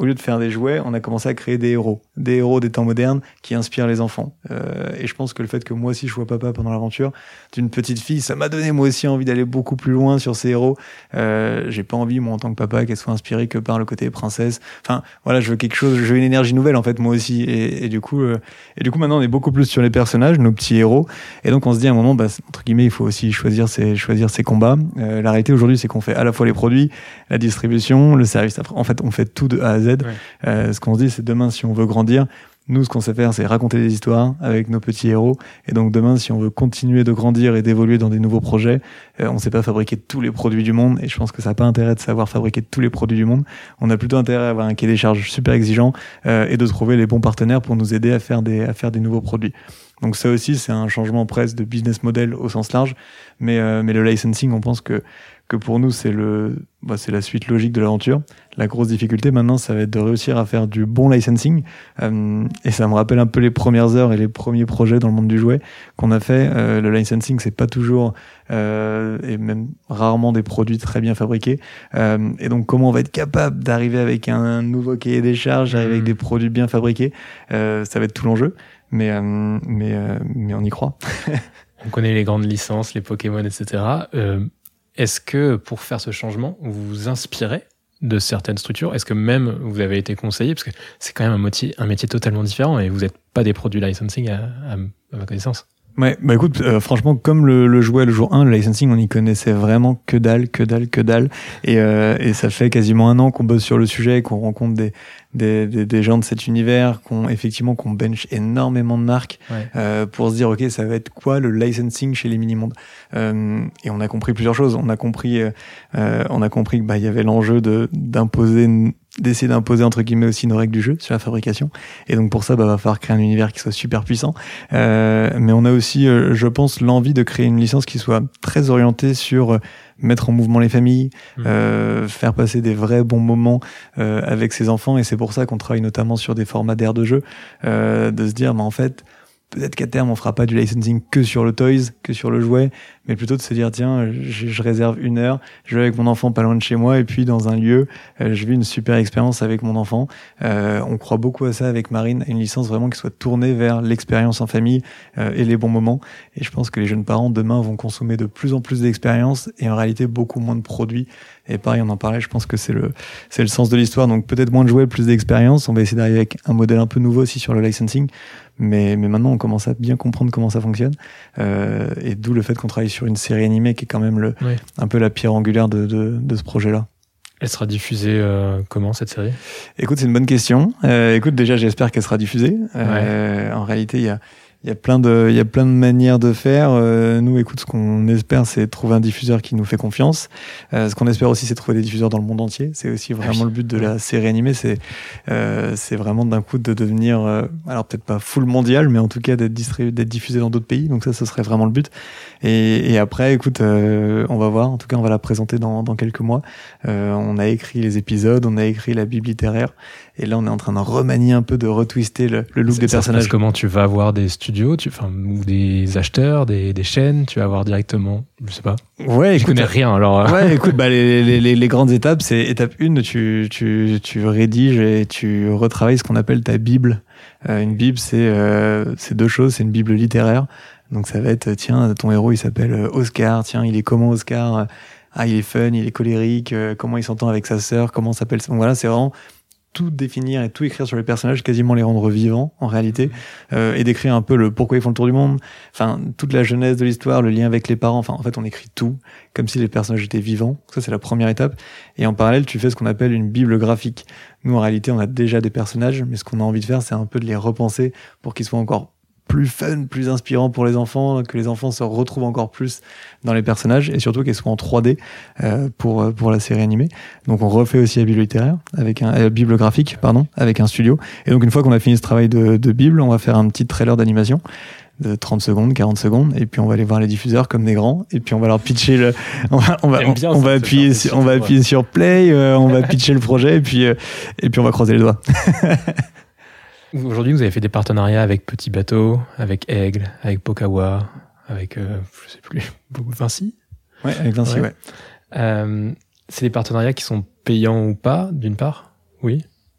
au lieu de faire des jouets, on a commencé à créer des héros, des héros des temps modernes qui inspirent les enfants. Euh, et je pense que le fait que moi aussi je sois papa pendant l'aventure d'une petite fille, ça m'a donné moi aussi envie d'aller beaucoup plus loin sur ces héros. Euh, j'ai pas envie moi en tant que papa qu'elle soit inspirée que par le côté princesse. Enfin voilà, je veux quelque chose, je veux une énergie nouvelle en fait moi aussi. Et, et du coup, euh, et du coup maintenant on est beaucoup plus sur les personnages, nos petits héros. Et donc on se dit à un moment, bah, entre guillemets, il faut aussi choisir ses choisir ses combats. Euh, la réalité aujourd'hui, c'est qu'on fait à la fois les produits, la distribution, le service. Après, en fait, on fait tout de A à Z. Ouais. Euh, ce qu'on se dit, c'est demain, si on veut grandir, nous, ce qu'on sait faire, c'est raconter des histoires avec nos petits héros. Et donc demain, si on veut continuer de grandir et d'évoluer dans des nouveaux projets, euh, on ne sait pas fabriquer tous les produits du monde. Et je pense que ça n'a pas intérêt de savoir fabriquer tous les produits du monde. On a plutôt intérêt à avoir un cahier des charges super exigeant euh, et de trouver les bons partenaires pour nous aider à faire des, à faire des nouveaux produits. Donc ça aussi, c'est un changement presque de business model au sens large. Mais, euh, mais le licensing, on pense que que pour nous, c'est le, bah, c'est la suite logique de l'aventure. La grosse difficulté maintenant, ça va être de réussir à faire du bon licensing. Euh, et ça me rappelle un peu les premières heures et les premiers projets dans le monde du jouet qu'on a fait. Euh, le licensing, c'est pas toujours, euh, et même rarement des produits très bien fabriqués. Euh, et donc, comment on va être capable d'arriver avec un nouveau cahier des charges, d'arriver avec des produits bien fabriqués, euh, ça va être tout l'enjeu. Mais, euh, mais, euh, mais on y croit. On connaît les grandes licences, les Pokémon, et cetera. Euh, Est-ce que pour faire ce changement, vous vous inspirez de certaines structures? Est-ce que même vous avez été conseillé? Parce que c'est quand même un métier, un métier totalement différent et vous n'êtes pas des produits licensing à, à, à ma connaissance. Ouais, bah écoute, euh, franchement, comme le, le jouet le jour un, le licensing, on y connaissait vraiment que dalle, que dalle, que dalle. Et, euh, et ça fait quasiment un an qu'on bosse sur le sujet, qu'on rencontre des, des, des, des gens de cet univers, qu'on effectivement qu'on bench énormément de marques ouais. euh, pour se dire ok, ça va être quoi le licensing chez les mini-mondes. Euh, et on a compris plusieurs choses. On a compris, euh, on a compris que bah il y avait l'enjeu de d'imposer une, d'essayer d'imposer entre guillemets aussi nos règles du jeu sur la fabrication, et donc pour ça bah va falloir créer un univers qui soit super puissant, euh, mais on a aussi euh, je pense l'envie de créer une licence qui soit très orientée sur euh, mettre en mouvement les familles, mmh. euh, faire passer des vrais bons moments euh, avec ses enfants, et c'est pour ça qu'on travaille notamment sur des formats d'aires de jeu, euh, de se dire bah en fait peut-être qu'à terme on fera pas du licensing que sur le toys, que sur le jouet, mais plutôt de se dire tiens, je, je réserve une heure, je vais avec mon enfant pas loin de chez moi, et puis dans un lieu, euh, je vis une super expérience avec mon enfant. Euh, on croit beaucoup à ça avec Marine, à une licence vraiment qui soit tournée vers l'expérience en famille euh, et les bons moments. Et je pense que les jeunes parents demain vont consommer de plus en plus d'expériences et en réalité beaucoup moins de produits. Et pareil, on en parlait, je pense que c'est le c'est le sens de l'histoire. Donc peut-être moins de jouets, plus d'expérience. On va essayer d'arriver avec un modèle un peu nouveau aussi sur le licensing. Mais, mais maintenant, on commence à bien comprendre comment ça fonctionne. Euh, et d'où le fait qu'on travaille sur une série animée qui est quand même le, oui. un peu la pierre angulaire de, de, de ce projet-là. Elle sera diffusée euh, comment, cette série ? Écoute, c'est une bonne question. Euh, écoute, déjà, j'espère qu'elle sera diffusée. Euh, ouais. En réalité, il y a Il y a plein de, il y a plein de manières de faire. Euh, nous, écoute, ce qu'on espère, c'est trouver un diffuseur qui nous fait confiance. Euh, ce qu'on espère aussi, c'est trouver des diffuseurs dans le monde entier. C'est aussi vraiment oui. le but de la série animée. C'est, euh, c'est vraiment d'un coup de devenir, euh, alors peut-être pas full mondial, mais en tout cas d'être distribué, d'être diffusé dans d'autres pays. Donc ça, ce serait vraiment le but. Et, et après, écoute, euh, on va voir. En tout cas, on va la présenter dans, dans quelques mois. Euh, on a écrit les épisodes, on a écrit la bible littéraire. Et là, on est en train de remanier un peu, de retwister le, le look ça, des ça personnages. Se passe comment tu vas avoir des studios, tu, enfin, ou des acheteurs, des, des chaînes, tu vas avoir directement, je sais pas. Ouais, je écoute, connais rien, alors. Ouais, écoute, bah, les, les, les, les grandes étapes, c'est étape une, tu, tu, tu rédiges et tu retravailles ce qu'on appelle ta bible. Euh, une bible, c'est, euh, c'est deux choses, c'est une bible littéraire. Donc ça va être, tiens, ton héros, il s'appelle Oscar, tiens, il est comment Oscar? Ah, il est fun, il est colérique, euh, comment il s'entend avec sa sœur, comment s'appelle. Donc voilà, c'est vraiment tout définir et tout écrire sur les personnages, quasiment les rendre vivants en réalité, euh, et d'écrire un peu le pourquoi ils font le tour du monde, enfin toute la jeunesse de l'histoire, le lien avec les parents, enfin en fait on écrit tout comme si les personnages étaient vivants. Ça c'est la première étape, et en parallèle tu fais ce qu'on appelle une bible graphique. Nous en réalité on a déjà des personnages, mais ce qu'on a envie de faire c'est un peu de les repenser pour qu'ils soient encore plus fun, plus inspirant pour les enfants, que les enfants se retrouvent encore plus dans les personnages, et surtout qu'elles soient en trois D euh, pour pour la série animée. Donc on refait aussi la bible littéraire avec un euh, bible graphique pardon avec un studio. Et donc une fois qu'on a fini ce travail de, de bible, on va faire un petit trailer d'animation de trente secondes, quarante secondes, et puis on va aller voir les diffuseurs comme des grands, et puis on va leur pitcher le, on va, on va, on, on va appuyer, sur, on va appuyer sur play, euh, on va pitcher le projet, et puis euh, et puis on va croiser les doigts. Aujourd'hui, vous avez fait des partenariats avec Petit Bateau, avec Aigle, avec Pokawa, avec, euh, je sais plus, Vinci. Ouais, avec Vinci, ouais. ouais. Euh, c'est des partenariats qui sont payants ou pas, d'une part ? Oui.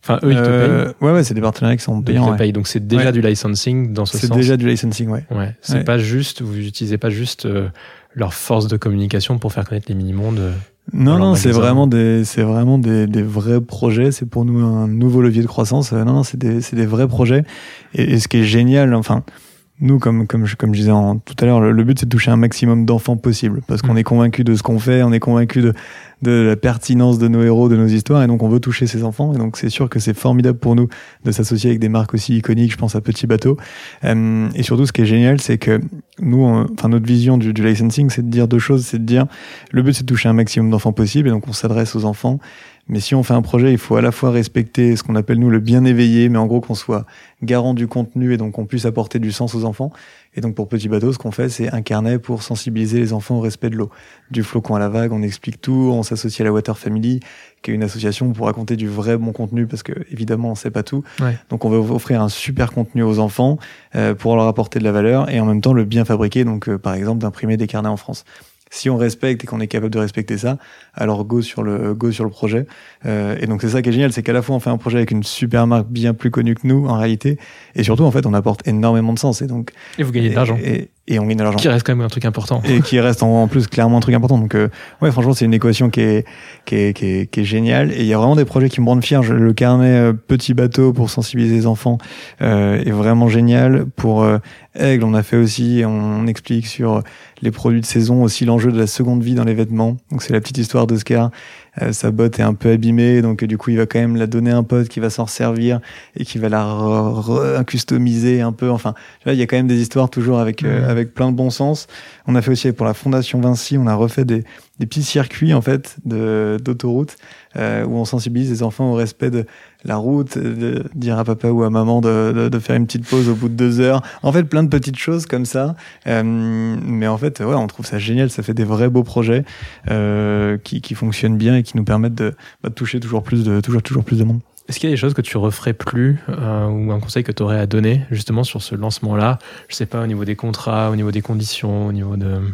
Enfin, eux, ils te Euh, payent. ouais, ouais, c'est des partenariats qui sont Donc, ils payants. te ouais. payent. Donc, c'est déjà Ouais. du licensing dans ce C'est sens. déjà du licensing, ouais. Ouais. C'est Ouais. pas juste, vous utilisez pas juste euh, leur force de communication pour faire connaître les mini-mondes. euh, Non, Alors, non, c'est magasin. vraiment des, c'est vraiment des, des vrais projets. C'est pour nous un nouveau levier de croissance. Euh, non, non, c'est des, c'est des vrais projets. Et, et ce qui est génial, enfin, nous, comme, comme je, comme je disais en, tout à l'heure, le, le but, c'est de toucher un maximum d'enfants possible. Parce qu'on Mm. est convaincu de ce qu'on fait, on est convaincu de, de la pertinence de nos héros, de nos histoires. Et donc, on veut toucher ces enfants. Et donc, c'est sûr que c'est formidable pour nous de s'associer avec des marques aussi iconiques. Je pense à Petit Bateau. Euh, et surtout, ce qui est génial, c'est que nous, on- enfin, notre vision du, du licensing, c'est de dire deux choses. C'est de dire, le but, c'est de toucher un maximum d'enfants possible. Et donc, on s'adresse aux enfants. Mais si on fait un projet, il faut à la fois respecter ce qu'on appelle nous le bien éveillé, mais en gros qu'on soit garant du contenu et donc qu'on puisse apporter du sens aux enfants. Et donc pour Petit Bateau, ce qu'on fait, c'est un carnet pour sensibiliser les enfants au respect de l'eau. Du flocon à la vague, on explique tout, on s'associe à la Water Family, qui est une association pour raconter du vrai bon contenu, parce que évidemment on sait pas tout. Ouais. Donc on va offrir un super contenu aux enfants euh, pour leur apporter de la valeur et en même temps le bien fabriquer, donc euh, par exemple d'imprimer des carnets en France. Si on respecte et qu'on est capable de respecter ça, alors go sur le go sur le projet. Euh, et donc c'est ça qui est génial, c'est qu'à la fois on fait un projet avec une super marque bien plus connue que nous en réalité, et surtout en fait on apporte énormément de sens. Et donc Et vous gagnez de et, l'argent. et, et on gagne de l'argent. Qui reste quand même un truc important. Et qui reste en, en plus clairement un truc important. Donc euh, ouais, franchement c'est une équation qui est qui est qui est, qui est géniale. Et il y a vraiment des projets qui me rendent fier. Je- Le carnet euh, Petit Bateau pour sensibiliser les enfants euh, est vraiment génial. Pour euh, Aigle, on a fait aussi, on explique sur les produits de saison, aussi l'enjeu de la seconde vie dans les vêtements. Donc c'est la petite histoire d'Oscar. Euh, sa botte est un peu abîmée, donc euh, du coup il va quand même la donner à un pote qui va s'en servir et qui va la re- re- customiser un peu. Enfin, tu vois, il y a quand même des histoires toujours avec euh, Mmh. avec plein de bon sens. On a fait aussi pour la Fondation Vinci, on a refait des des petits circuits en fait de d'autoroute euh, où on sensibilise les enfants au respect de la route, de dire à papa ou à maman de, de, de faire une petite pause au bout de deux heures. En fait, plein de petites choses comme ça. Euh, mais en fait, ouais, on trouve ça génial. Ça fait des vrais beaux projets euh, qui, qui fonctionnent bien et qui nous permettent de, bah, de toucher toujours plus de toujours toujours plus de monde. Est-ce qu'il y a des choses que tu referais plus euh, ou un conseil que tu aurais à donner justement sur ce lancement-là? Je sais pas, au niveau des contrats, au niveau des conditions, au niveau de...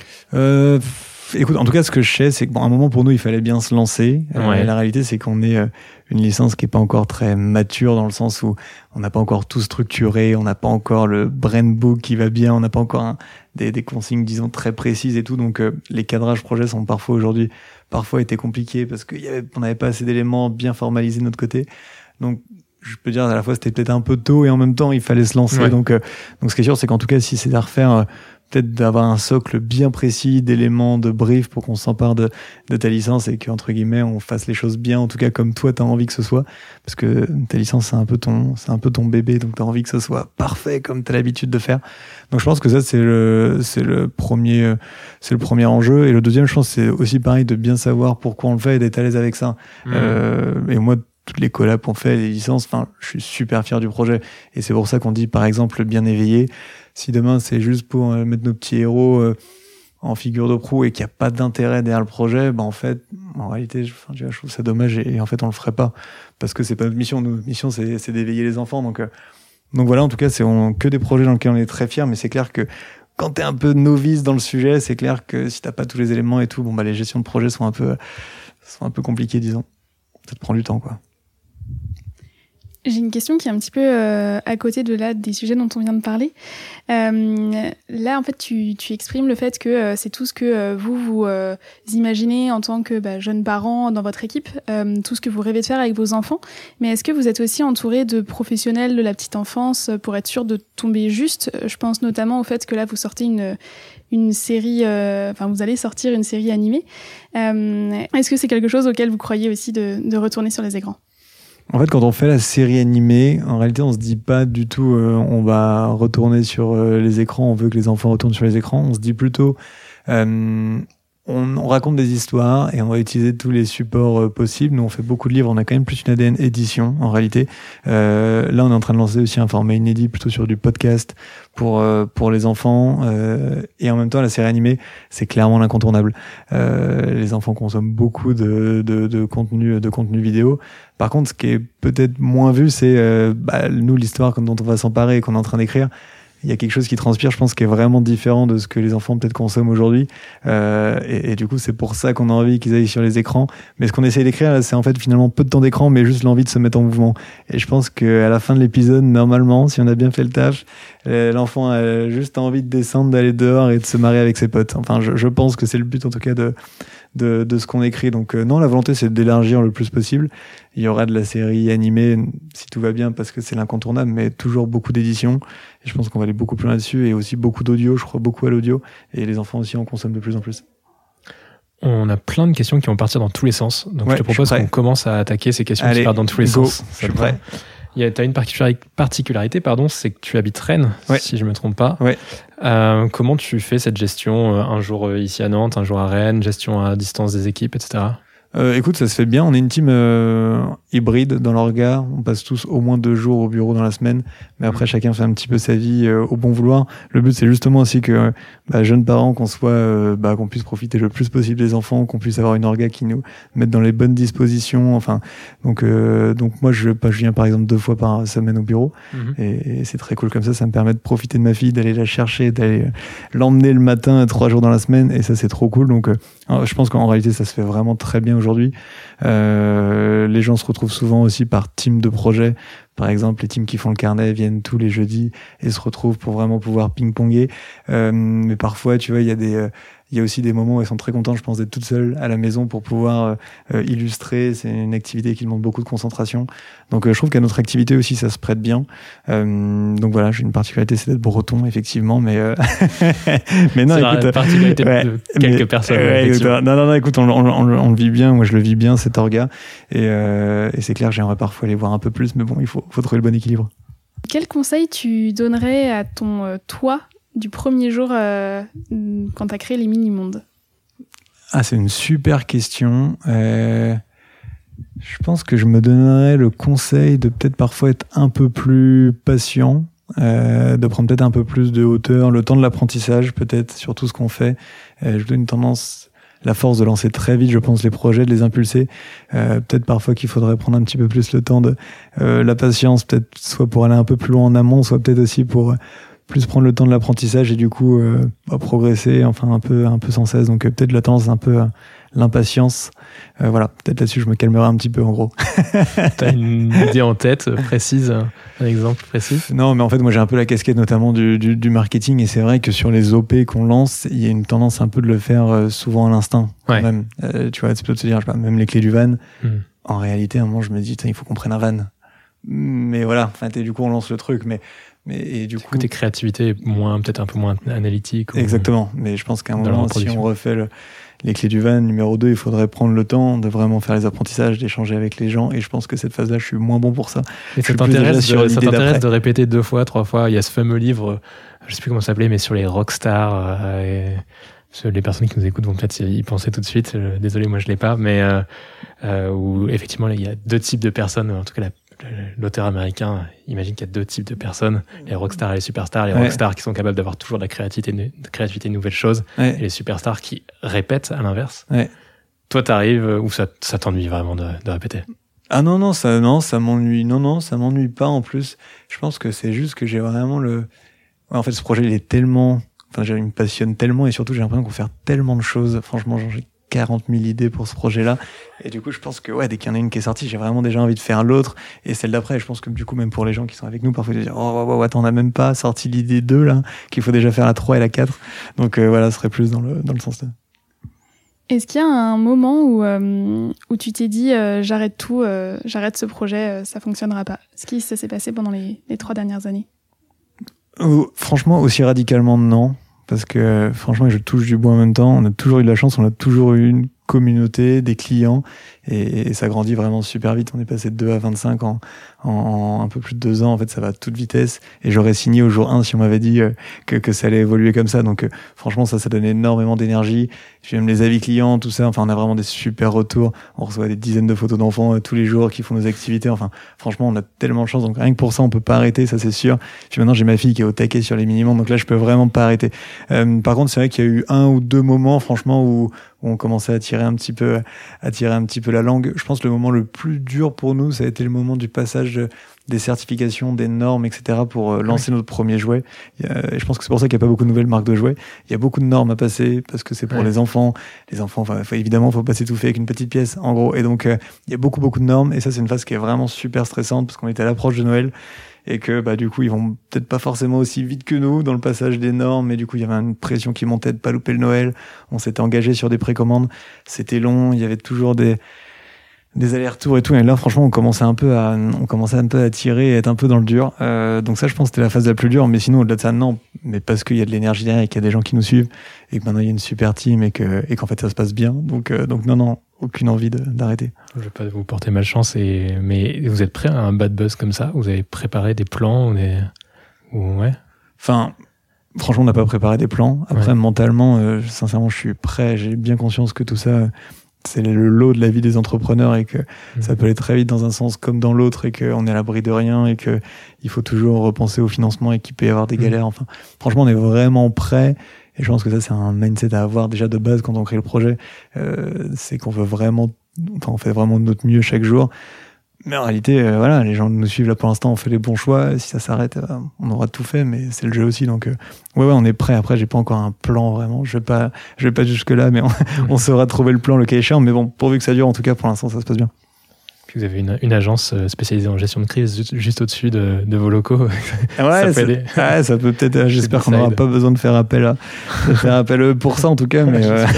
Euh, écoute, en tout cas, ce que je sais, c'est qu'à bon, un moment pour nous, il fallait bien se lancer. Euh, Ouais. La réalité, c'est qu'on est euh, une licence qui est pas encore très mature dans le sens où on n'a pas encore tout structuré, on n'a pas encore le brand book qui va bien, on n'a pas encore un, des, des consignes, disons, très précises et tout. Donc, euh, les cadrages projets sont parfois aujourd'hui, parfois été compliqués parce qu'on n'avait pas assez d'éléments bien formalisés de notre côté. Donc, je peux dire à la fois c'était peut-être un peu tôt et en même temps il fallait se lancer. Ouais. Donc, euh, donc ce qui est sûr, c'est qu'en tout cas, si c'est à refaire, euh, peut-être d'avoir un socle bien précis d'éléments, de briefs pour qu'on s'empare de, de ta licence et qu'entre guillemets on fasse les choses bien, en tout cas comme toi t'as envie que ce soit, parce que ta licence c'est un peu ton, c'est un peu ton bébé, donc t'as envie que ce soit parfait comme t'as l'habitude de faire. Donc je pense que ça c'est le, c'est le premier, euh, c'est le premier enjeu. Et le deuxième, je pense, c'est aussi pareil de bien savoir pourquoi on le fait et d'être à l'aise avec ça. Mmh. Euh, et moi, toutes les collabs qu'on fait, les licences, enfin, je suis super fier du projet. Et c'est pour ça qu'on dit, par exemple, le bien éveillé. Si demain, c'est juste pour euh, mettre nos petits héros euh, en figure de proue et qu'il n'y a pas d'intérêt derrière le projet, ben, en fait, en réalité, je, enfin, je trouve ça dommage et, et en fait, on le ferait pas. Parce que c'est pas notre mission. Notre mission, c'est, c'est d'éveiller les enfants. Donc, euh, donc voilà, en tout cas, c'est on, que des projets dans lesquels on est très fiers, mais c'est clair que quand t'es un peu novice dans le sujet, c'est clair que si t'as pas tous les éléments et tout, bon, bah, les gestions de projet sont un peu, sont un peu compliquées, disons. Ça te prend du temps, quoi. J'ai une question qui est un petit peu euh, à côté de là des sujets dont on vient de parler. Euh, là, en fait, tu, tu exprimes le fait que euh, c'est tout ce que euh, vous vous euh, imaginez en tant que bah, jeunes parents dans votre équipe, euh, tout ce que vous rêvez de faire avec vos enfants. Mais est-ce que vous êtes aussi entouré de professionnels de la petite enfance pour être sûr de tomber juste? Je pense notamment au fait que là, vous sortez une une série, euh, enfin, vous allez sortir une série animée. Euh, est-ce que c'est quelque chose auquel vous croyez aussi de, de retourner sur les écrans? En fait, quand on fait la série animée, en réalité, on se dit pas du tout euh, on va retourner sur euh, les écrans, on veut que les enfants retournent sur les écrans. On se dit plutôt euh, on, on raconte des histoires et on va utiliser tous les supports euh, possibles. Nous, on fait beaucoup de livres, on a quand même plus une A D N édition en réalité. Euh, là, on est en train de lancer aussi un format inédit plutôt sur du podcast pour euh, pour les enfants euh, et en même temps la série animée c'est clairement l'incontournable. Euh, les enfants consomment beaucoup de de, de contenu de contenu vidéo. Par contre, ce qui est peut-être moins vu, c'est euh, bah, nous l'histoire dont on va s'emparer et qu'on est en train d'écrire il y a quelque chose qui transpire, je pense, qui est vraiment différent de ce que les enfants peut-être consomment aujourd'hui. Euh, et, et du coup, c'est pour ça qu'on a envie qu'ils aillent sur les écrans. Mais ce qu'on essaie d'écrire, là, c'est en fait finalement peu de temps d'écran, mais juste l'envie de se mettre en mouvement. Et je pense qu'à la fin de l'épisode, normalement, si on a bien fait le taf, l'enfant a juste envie de descendre, d'aller dehors et de se marrer avec ses potes. Enfin, je, je pense que c'est le but, en tout cas, de, de, de ce qu'on écrit. Donc, euh, non, la volonté, c'est d'élargir le plus possible. Il y aura de la série animée, si tout va bien, parce que c'est l'incontournable, mais toujours beaucoup d'éditions. Et je pense qu'on va aller beaucoup plus là-dessus. Et aussi beaucoup d'audio, je crois beaucoup à l'audio. Et les enfants aussi en consomment de plus en plus. On a plein de questions qui vont partir dans tous les sens. Donc, ouais, je te propose qu'on commence à attaquer ces questions Allez, qui partent dans tous les go, sens. Je suis prêt. Il y a, t'as une particularité, pardon, c'est que tu habites Rennes, ouais. si je me trompe pas. Ouais. Euh, comment tu fais cette gestion, un jour ici à Nantes, un jour à Rennes, gestion à distance des équipes, et cetera. Euh, écoute, ça se fait bien. On est une team euh, hybride dans l'orga. On passe tous au moins deux jours au bureau dans la semaine. Mais après, chacun fait un petit peu sa vie euh, au bon vouloir. Le but, c'est justement aussi que, bah, jeunes parents, qu'on soit, euh, bah, qu'on puisse profiter le plus possible des enfants, qu'on puisse avoir une orga qui nous mette dans les bonnes dispositions. Enfin, donc, euh, donc moi, je, bah, je viens par exemple deux fois par semaine au bureau. Mm-hmm. Et, et c'est très cool comme ça. Ça me permet de profiter de ma fille, d'aller la chercher, d'aller l'emmener le matin, trois jours dans la semaine. Et ça, c'est trop cool. Donc, euh, je pense qu'en réalité, ça se fait vraiment très bien aujourd'hui. Euh, les gens se retrouvent souvent aussi par team de projet. Par exemple, les teams qui font le carnet viennent tous les jeudis et se retrouvent pour vraiment pouvoir ping-ponger. Euh, mais parfois, tu vois, il y a des, euh, il y a aussi des moments où elles sont très contentes, je pense, d'être toutes seules à la maison pour pouvoir euh, illustrer. C'est une activité qui demande beaucoup de concentration. Donc, euh, je trouve qu'à notre activité aussi, ça se prête bien. Euh, donc voilà, j'ai une particularité, c'est d'être breton, effectivement, mais euh... mais non, c'est écoute, la particularité ouais, de quelques mais, personnes. Ouais, non, non, non, écoute, on, on, on, on le vit bien. Moi, je le vis bien, cet orga, et, euh, et c'est clair, j'aimerais parfois aller voir un peu plus, mais bon, il faut, faut trouver le bon équilibre. Quel conseil tu donnerais à ton euh, toi du premier jour euh, quand tu as créé les mini-mondes? Ah, c'est une super question. Euh, je pense que je me donnerais le conseil de peut-être parfois être un peu plus patient, euh, de prendre peut-être un peu plus de hauteur, le temps de l'apprentissage peut-être sur tout ce qu'on fait. Euh, je donne une tendance, la force de lancer très vite, je pense, les projets, de les impulser. Euh, peut-être parfois qu'il faudrait prendre un petit peu plus le temps de euh, la patience, peut-être soit pour aller un peu plus loin en amont, soit peut-être aussi pour plus prendre le temps de l'apprentissage et du coup euh, bah, progresser, enfin un peu un peu sans cesse. Donc euh, peut-être la tendance, un peu euh, l'impatience. Euh, voilà, peut-être là-dessus je me calmerai un petit peu en gros. T'as une idée en tête précise, un exemple précis? Non, mais en fait moi j'ai un peu la casquette notamment du, du, du marketing et c'est vrai que sur les O P qu'on lance, il y a une tendance un peu de le faire euh, souvent à l'instinct. Quand ouais. même. Euh, tu vois, tu peux te dire, je sais pas, même les clés du van. Hmm. En réalité, à un moment je me dis, il faut qu'on prenne un van. Mais voilà, enfin du coup on lance le truc, mais Mais, et du coup, côté créativité, moins, peut-être un peu moins analytique. Ou... Exactement. Mais je pense qu'à un moment, si on refait le, les clés du van numéro deux, il faudrait prendre le temps de vraiment faire les apprentissages, d'échanger avec les gens. Et je pense que cette phase-là, je suis moins bon pour ça. Et ça t'intéresse, de, ça t'intéresse de répéter deux fois, trois fois. Il y a ce fameux livre, je sais plus comment ça s'appelait, mais sur les rockstars. Euh, et les personnes qui nous écoutent vont peut-être y penser tout de suite. Désolé, moi je l'ai pas, mais euh, euh, où effectivement il y a deux types de personnes. En tout cas, la l'auteur américain imagine qu'il y a deux types de personnes, les rockstars et les superstars. Les ouais. rockstars qui sont capables d'avoir toujours de la créativité, de créativité, de nouvelles choses, ouais. et les superstars qui répètent à l'inverse. Ouais. Toi, t'arrives où ça, ça t'ennuie vraiment de, de répéter? Ah non, non, ça, non, ça m'ennuie. Non, non, ça m'ennuie pas en plus. Je pense que c'est juste que j'ai vraiment le... Ouais, en fait, ce projet, il est tellement... Enfin, il me passionne tellement et surtout, j'ai l'impression qu'on fait tellement de choses. Franchement, j'ai quarante mille idées pour ce projet-là. Et du coup, je pense que ouais, dès qu'il y en a une qui est sortie, j'ai vraiment déjà envie de faire l'autre. Et celle d'après, je pense que du coup, même pour les gens qui sont avec nous, parfois ils disent « Oh, oh, oh, attends, on n'a même pas sorti l'idée deux, là, qu'il faut déjà faire la trois et la quatre. » Donc euh, voilà, ce serait plus dans le, dans le sens là. Est-ce qu'il y a un moment où, euh, où tu t'es dit euh, « J'arrête tout, euh, j'arrête ce projet, euh, ça fonctionnera pas ». Est-ce que ça s'est passé pendant les, les trois dernières années? euh, Franchement, aussi radicalement, non. Parce que franchement, je touche du bois en même temps. On a toujours eu de la chance, on a toujours eu une communauté, des clients, et, et ça grandit vraiment super vite. On est passé de deux à vingt-cinq en, en, en un peu plus de deux ans. En fait, ça va à toute vitesse. Et j'aurais signé au jour un si on m'avait dit euh, que, que ça allait évoluer comme ça. Donc, euh, franchement, ça, ça donne énormément d'énergie. J'aime les avis clients, tout ça. Enfin, on a vraiment des super retours. On reçoit des dizaines de photos d'enfants euh, tous les jours qui font nos activités. Enfin, franchement, on a tellement de chance. Donc, rien que pour ça, on peut pas arrêter, ça c'est sûr. Puis maintenant, j'ai ma fille qui est au taquet sur les mini-mondes. Donc là, je peux vraiment pas arrêter. Euh, par contre, c'est vrai qu'il y a eu un ou deux moments, franchement, où où on commençait à tirer un petit peu, à tirer un petit peu la langue. Je pense que le moment le plus dur pour nous, ça a été le moment du passage de, des certifications, des normes, et cetera pour lancer oui. notre premier jouet. Il y a, et je pense que c'est pour ça qu'il n'y a pas beaucoup de nouvelles marques de jouets. Il y a beaucoup de normes à passer parce que c'est pour ouais. les enfants. Les enfants, enfin, faut, évidemment, faut pas s'étouffer avec une petite pièce, en gros. Et donc, euh, il y a beaucoup, beaucoup de normes. Et ça, c'est une phase qui est vraiment super stressante parce qu'on était à l'approche de Noël et que, bah, du coup, ils vont peut-être pas forcément aussi vite que nous dans le passage des normes. Et du coup, il y avait une pression qui montait de pas louper le Noël. On s'était engagé sur des précommandes. C'était long. Il y avait toujours des, des allers-retours et tout. Et là, franchement, on commençait un peu à, on commençait un peu à tirer et être un peu dans le dur. Euh, donc ça, je pense que c'était la phase la plus dure. Mais sinon, au-delà de ça, non. Mais parce qu'il y a de l'énergie derrière et qu'il y a des gens qui nous suivent et que maintenant il y a une super team et que, et qu'en fait ça se passe bien. Donc, euh, donc non, non, aucune envie de, d'arrêter. Je vais pas vous porter malchance et, mais vous êtes prêt à un bad buzz comme ça? Vous avez préparé des plans ou des, ou ouais? Enfin, franchement, on n'a pas préparé des plans. Après, ouais. mentalement, euh, sincèrement, je suis prêt. J'ai bien conscience que tout ça, c'est le lot de la vie des entrepreneurs et que mmh. ça peut aller très vite dans un sens comme dans l'autre et qu'on est à l'abri de rien et que il faut toujours repenser au financement et qu'il peut y avoir des mmh. galères. Enfin, franchement, on est vraiment prêt et je pense que ça, c'est un mindset à avoir déjà de base quand on crée le projet. Euh, c'est qu'on veut vraiment, enfin, on fait vraiment de notre mieux chaque jour. Mais en réalité, euh, voilà, les gens nous suivent là pour l'instant, on fait les bons choix. Si ça s'arrête, euh, on aura tout fait, mais c'est le jeu aussi. Donc, euh, ouais, ouais, on est prêt. Après, j'ai pas encore un plan vraiment. Je vais pas, je vais pas jusque là, mais on, on saura trouver le plan le cas échéant. Mais bon, pourvu que ça dure, en tout cas, pour l'instant, ça se passe bien. Puis vous avez une, une agence spécialisée en gestion de crise juste, juste au-dessus de, de vos locaux. Ouais, ça peut aider. Ouais, ça peut peut-être. Euh, j'espère qu'on n'aura pas besoin de faire appel à, de faire appel à eux pour ça, en tout cas. Mais ouais.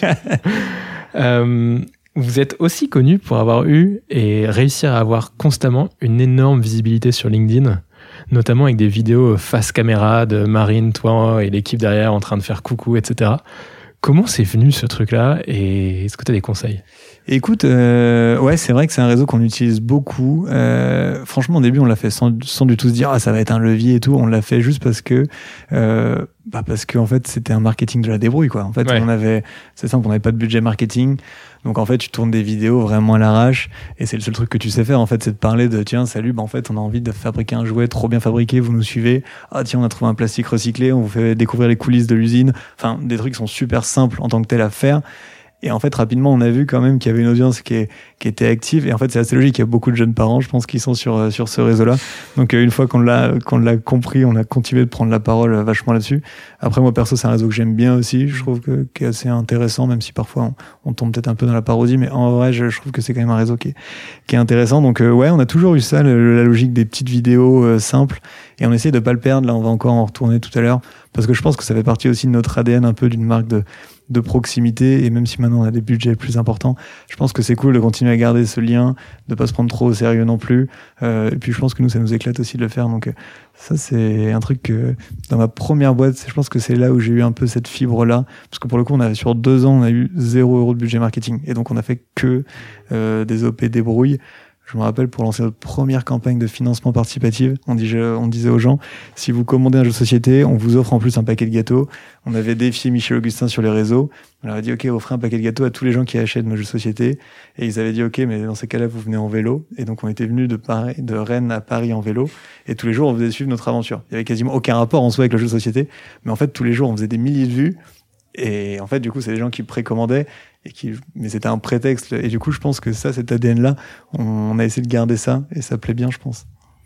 euh, Vous êtes aussi connu pour avoir eu et réussir à avoir constamment une énorme visibilité sur LinkedIn, notamment avec des vidéos face caméra de Marine, toi et l'équipe derrière en train de faire coucou, et cetera. Comment c'est venu ce truc-là et est-ce que tu as des conseils? Écoute, euh, ouais, c'est vrai que c'est un réseau qu'on utilise beaucoup. Euh, franchement, au début, on l'a fait sans, sans du tout se dire ah ça va être un levier et tout. On l'a fait juste parce que, euh, bah parce que en fait, c'était un marketing de la débrouille quoi. En fait, ouais. on avait, c'est simple, on n'avait pas de budget marketing. Donc en fait, tu tournes des vidéos vraiment à l'arrache et c'est le seul truc que tu sais faire en fait, c'est de parler de tiens, salut, bah en fait, on a envie de fabriquer un jouet trop bien fabriqué, vous nous suivez. Ah tiens, on a trouvé un plastique recyclé, on vous fait découvrir les coulisses de l'usine. Enfin, des trucs qui sont super simples en tant que tel à faire. Et en fait, rapidement, on a vu quand même qu'il y avait une audience qui, est, qui était active. Et en fait, c'est assez logique. Il y a beaucoup de jeunes parents, je pense, qui sont sur, sur ce réseau-là. Donc, une fois qu'on l'a, qu'on l'a compris, on a continué de prendre la parole vachement là-dessus. Après, moi, perso, c'est un réseau que j'aime bien aussi. Je trouve que, qui est assez intéressant, même si parfois on, on tombe peut-être un peu dans la parodie. Mais en vrai, je, je trouve que c'est quand même un réseau qui est, qui est intéressant. Donc, euh, ouais, on a toujours eu ça, le, la logique des petites vidéos euh, simples. Et on essaie de pas le perdre. Là, on va encore en retourner tout à l'heure. Parce que je pense que ça fait partie aussi de notre A D N, un peu d'une marque de, de proximité. Et même si maintenant on a des budgets plus importants, je pense que c'est cool de continuer à garder ce lien, de pas se prendre trop au sérieux non plus. Euh, et puis je pense que nous, ça nous éclate aussi de le faire. Donc ça, c'est un truc que dans ma première boîte, je pense que c'est là où j'ai eu un peu cette fibre-là. Parce que pour le coup, on a, sur deux ans, on a eu zéro euro de budget marketing. Et donc on a fait que euh, des O P débrouilles. Je me rappelle, pour lancer notre première campagne de financement participatif, on, dit, je, on disait aux gens, si vous commandez un jeu de société, on vous offre en plus un paquet de gâteaux. On avait défié Michel Augustin sur les réseaux. On leur a dit, OK, offrez un paquet de gâteaux à tous les gens qui achètent nos jeux de société. Et ils avaient dit, OK, mais dans ces cas-là, vous venez en vélo. Et donc, on était venus de, Paris, de Rennes à Paris en vélo. Et tous les jours, on faisait suivre notre aventure. Il y avait quasiment aucun rapport en soi avec le jeu de société. Mais en fait, tous les jours, on faisait des milliers de vues. Et en fait, du coup, c'est des gens qui précommandaient, et qui, mais c'était un prétexte. Et du coup, je pense que ça, cet A D N-là, on a essayé de garder ça, et ça plaît bien, je pense.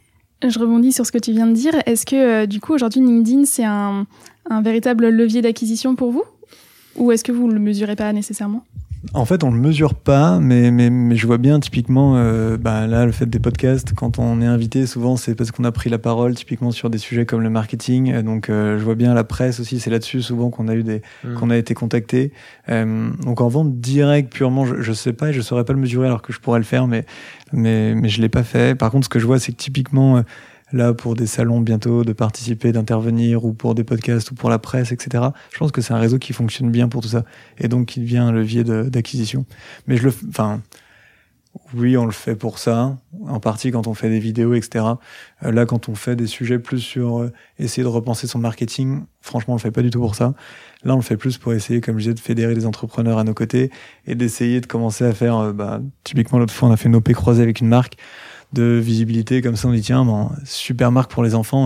Je rebondis sur ce que tu viens de dire. Est-ce que, euh, du coup, aujourd'hui, LinkedIn, c'est un, un véritable levier d'acquisition pour vous? Ou est-ce que vous ne le mesurez pas nécessairement? En fait, on le mesure pas, mais, mais, mais je vois bien typiquement, euh, bah, là, le fait des podcasts, quand on est invité, souvent, c'est parce qu'on a pris la parole, typiquement sur des sujets comme le marketing. Donc, euh, je vois bien la presse aussi, c'est là-dessus souvent qu'on a eu des, mmh. qu'on a été contacté. Euh, donc, en vente directe, purement, je, je sais pas et je saurais pas le mesurer alors que je pourrais le faire, mais, mais, mais je l'ai pas fait. Par contre, ce que je vois, c'est que typiquement, euh, là, pour des salons bientôt, de participer, d'intervenir, ou pour des podcasts, ou pour la presse, et cetera. Je pense que c'est un réseau qui fonctionne bien pour tout ça, et donc qui devient un levier de, d'acquisition. Mais je le, enfin, oui, on le fait pour ça, en partie quand on fait des vidéos, et cetera. Euh, là, quand on fait des sujets plus sur euh, essayer de repenser son marketing, franchement, on le fait pas du tout pour ça. Là, on le fait plus pour essayer, comme je disais, de fédérer des entrepreneurs à nos côtés, et d'essayer de commencer à faire, euh, bah, typiquement, l'autre fois, on a fait une O P croisée avec une marque, de visibilité comme ça, on dit tiens, bon, super marque pour les enfants,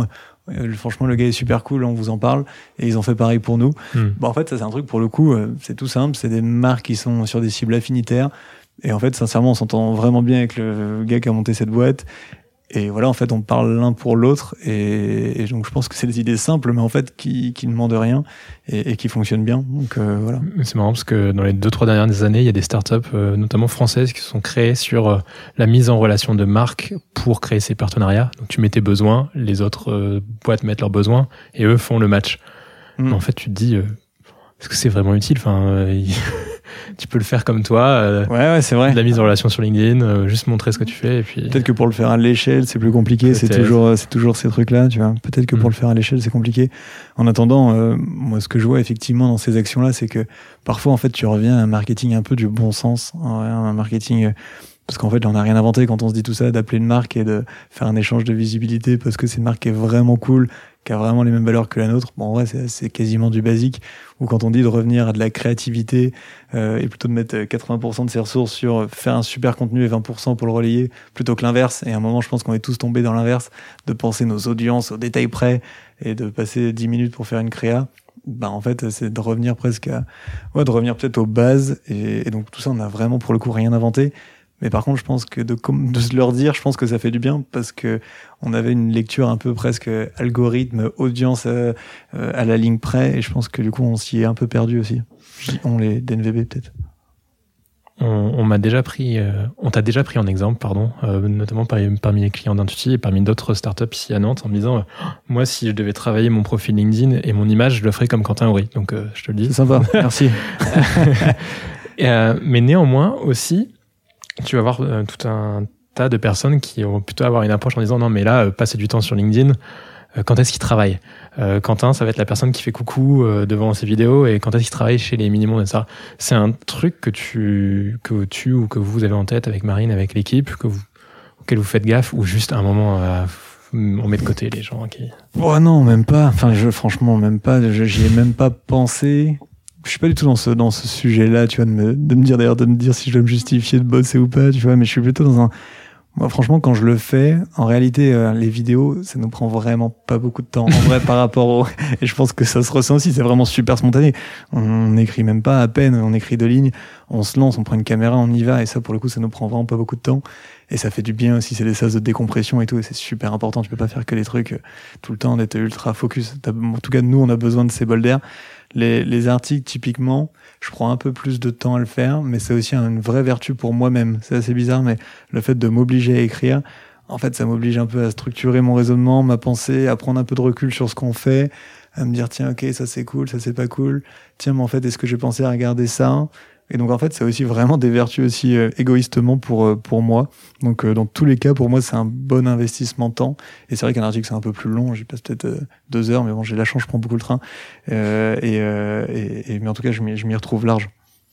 euh, franchement le gars est super cool, on vous en parle, et ils ont fait pareil pour nous. Mm. Bon, en fait ça c'est un truc pour le coup, euh, c'est tout simple, c'est des marques qui sont sur des cibles affinitaires, et en fait sincèrement on s'entend vraiment bien avec le gars qui a monté cette boîte. Et voilà, en fait, on parle l'un pour l'autre. Et, et donc, je pense que c'est des idées simples, mais en fait, qui, qui ne demandent rien et, et qui fonctionnent bien. Donc, euh, voilà. C'est marrant parce que dans les deux, trois dernières années, il y a des startups, euh, notamment françaises, qui se sont créées sur euh, la mise en relation de marques pour créer ces partenariats. Donc, tu mets tes besoins, les autres euh, boîtes mettent leurs besoins et eux font le match. Mmh. En fait, tu te dis, euh, est-ce que c'est vraiment utile? Enfin, euh, il... tu peux le faire comme toi. Euh, ouais, ouais, c'est vrai. De la mise en relation sur LinkedIn, euh, juste montrer ce que tu fais. Et puis... Peut-être que pour le faire à l'échelle, c'est plus compliqué. C'est toujours, c'est toujours ces trucs-là, tu vois. Peut-être que mmh. pour le faire à l'échelle, c'est compliqué. En attendant, euh, moi, ce que je vois effectivement dans ces actions-là, c'est que parfois, en fait, tu reviens à un marketing un peu du bon sens, un marketing. Parce qu'en fait, on n'a rien inventé quand on se dit tout ça, d'appeler une marque et de faire un échange de visibilité parce que c'est une marque qui est vraiment cool, qui a vraiment les mêmes valeurs que la nôtre. Bon, en vrai, c'est, c'est quasiment du basique. Ou quand on dit de revenir à de la créativité euh, et plutôt de mettre quatre-vingts pour cent de ses ressources sur faire un super contenu et vingt pour cent pour le relayer, plutôt que l'inverse. Et à un moment, je pense qu'on est tous tombés dans l'inverse, de penser nos audiences au détail près et de passer dix minutes pour faire une créa. Bah, en fait, c'est de revenir presque à, ouais, de revenir peut-être aux bases. Et, et donc, tout ça, on n'a vraiment, pour le coup, rien inventé. Mais par contre, je pense que de, de se leur dire, je pense que ça fait du bien parce que on avait une lecture un peu presque algorithme, audience euh, euh, à la ligne près, et je pense que du coup, on s'y est un peu perdu aussi. Je dis on les D N V B peut-être. On, on m'a déjà pris, euh, on t'a déjà pris en exemple, pardon, euh, notamment par, parmi les clients d'Intuiti et parmi d'autres startups ici à Nantes, en me disant, euh, moi, si je devais travailler mon profil LinkedIn et mon image, je le ferais comme Quentin Horry. Donc, euh, je te le dis. C'est sympa, merci. et, euh, mais néanmoins aussi. Tu vas voir euh, tout un tas de personnes qui vont plutôt avoir une approche en disant non mais là euh, passer du temps sur LinkedIn, euh, quand est-ce qu'il travaille euh, Quentin, ça va être la personne qui fait coucou euh, devant ses vidéos, et quand est-ce qu'il travaille chez les mini-mondes et ça. C'est un truc que tu que tu ou que vous avez en tête avec Marine, avec l'équipe, que vous auquel vous faites gaffe, ou juste à un moment euh, on met de côté les gens qui. Oh non, même pas. Enfin, je franchement même pas. Je, j'y ai même pas pensé. Je suis pas du tout dans ce dans ce sujet-là, tu vois, de me de me dire d'ailleurs de me dire si je dois me justifier de bosser ou pas, tu vois, mais je suis plutôt dans un. Moi, franchement, quand je le fais, en réalité, euh, les vidéos, ça nous prend vraiment pas beaucoup de temps, en vrai, par rapport au. Et je pense que ça se ressent aussi. C'est vraiment super spontané. On n'écrit même pas à peine, on écrit deux lignes, on se lance, on prend une caméra, on y va, et ça, pour le coup, ça nous prend vraiment pas beaucoup de temps. Et ça fait du bien aussi. C'est des sas de décompression et tout, et c'est super important. Tu peux pas faire que des trucs euh, tout le temps, d'être ultra focus. T'as, en tout cas, nous, on a besoin de ces bols d'air. Les, les articles, typiquement, je prends un peu plus de temps à le faire, mais c'est aussi une vraie vertu pour moi-même. C'est assez bizarre, mais le fait de m'obliger à écrire, en fait, ça m'oblige un peu à structurer mon raisonnement, ma pensée, à prendre un peu de recul sur ce qu'on fait, à me dire, tiens, ok, ça c'est cool, ça c'est pas cool. Tiens, mais en fait, est-ce que j'ai pensé à regarder ça ? Et donc, en fait, c'est aussi vraiment des vertus aussi euh, égoïstement pour, euh, pour moi. Donc, euh, dans tous les cas, pour moi, c'est un bon investissement de temps. Et c'est vrai qu'un article, c'est un peu plus long. J'y passe peut-être euh, deux heures, mais bon, j'ai la chance, je prends beaucoup le train. Euh, et, euh, et, et, mais en tout cas, je m'y, je m'y retrouve large.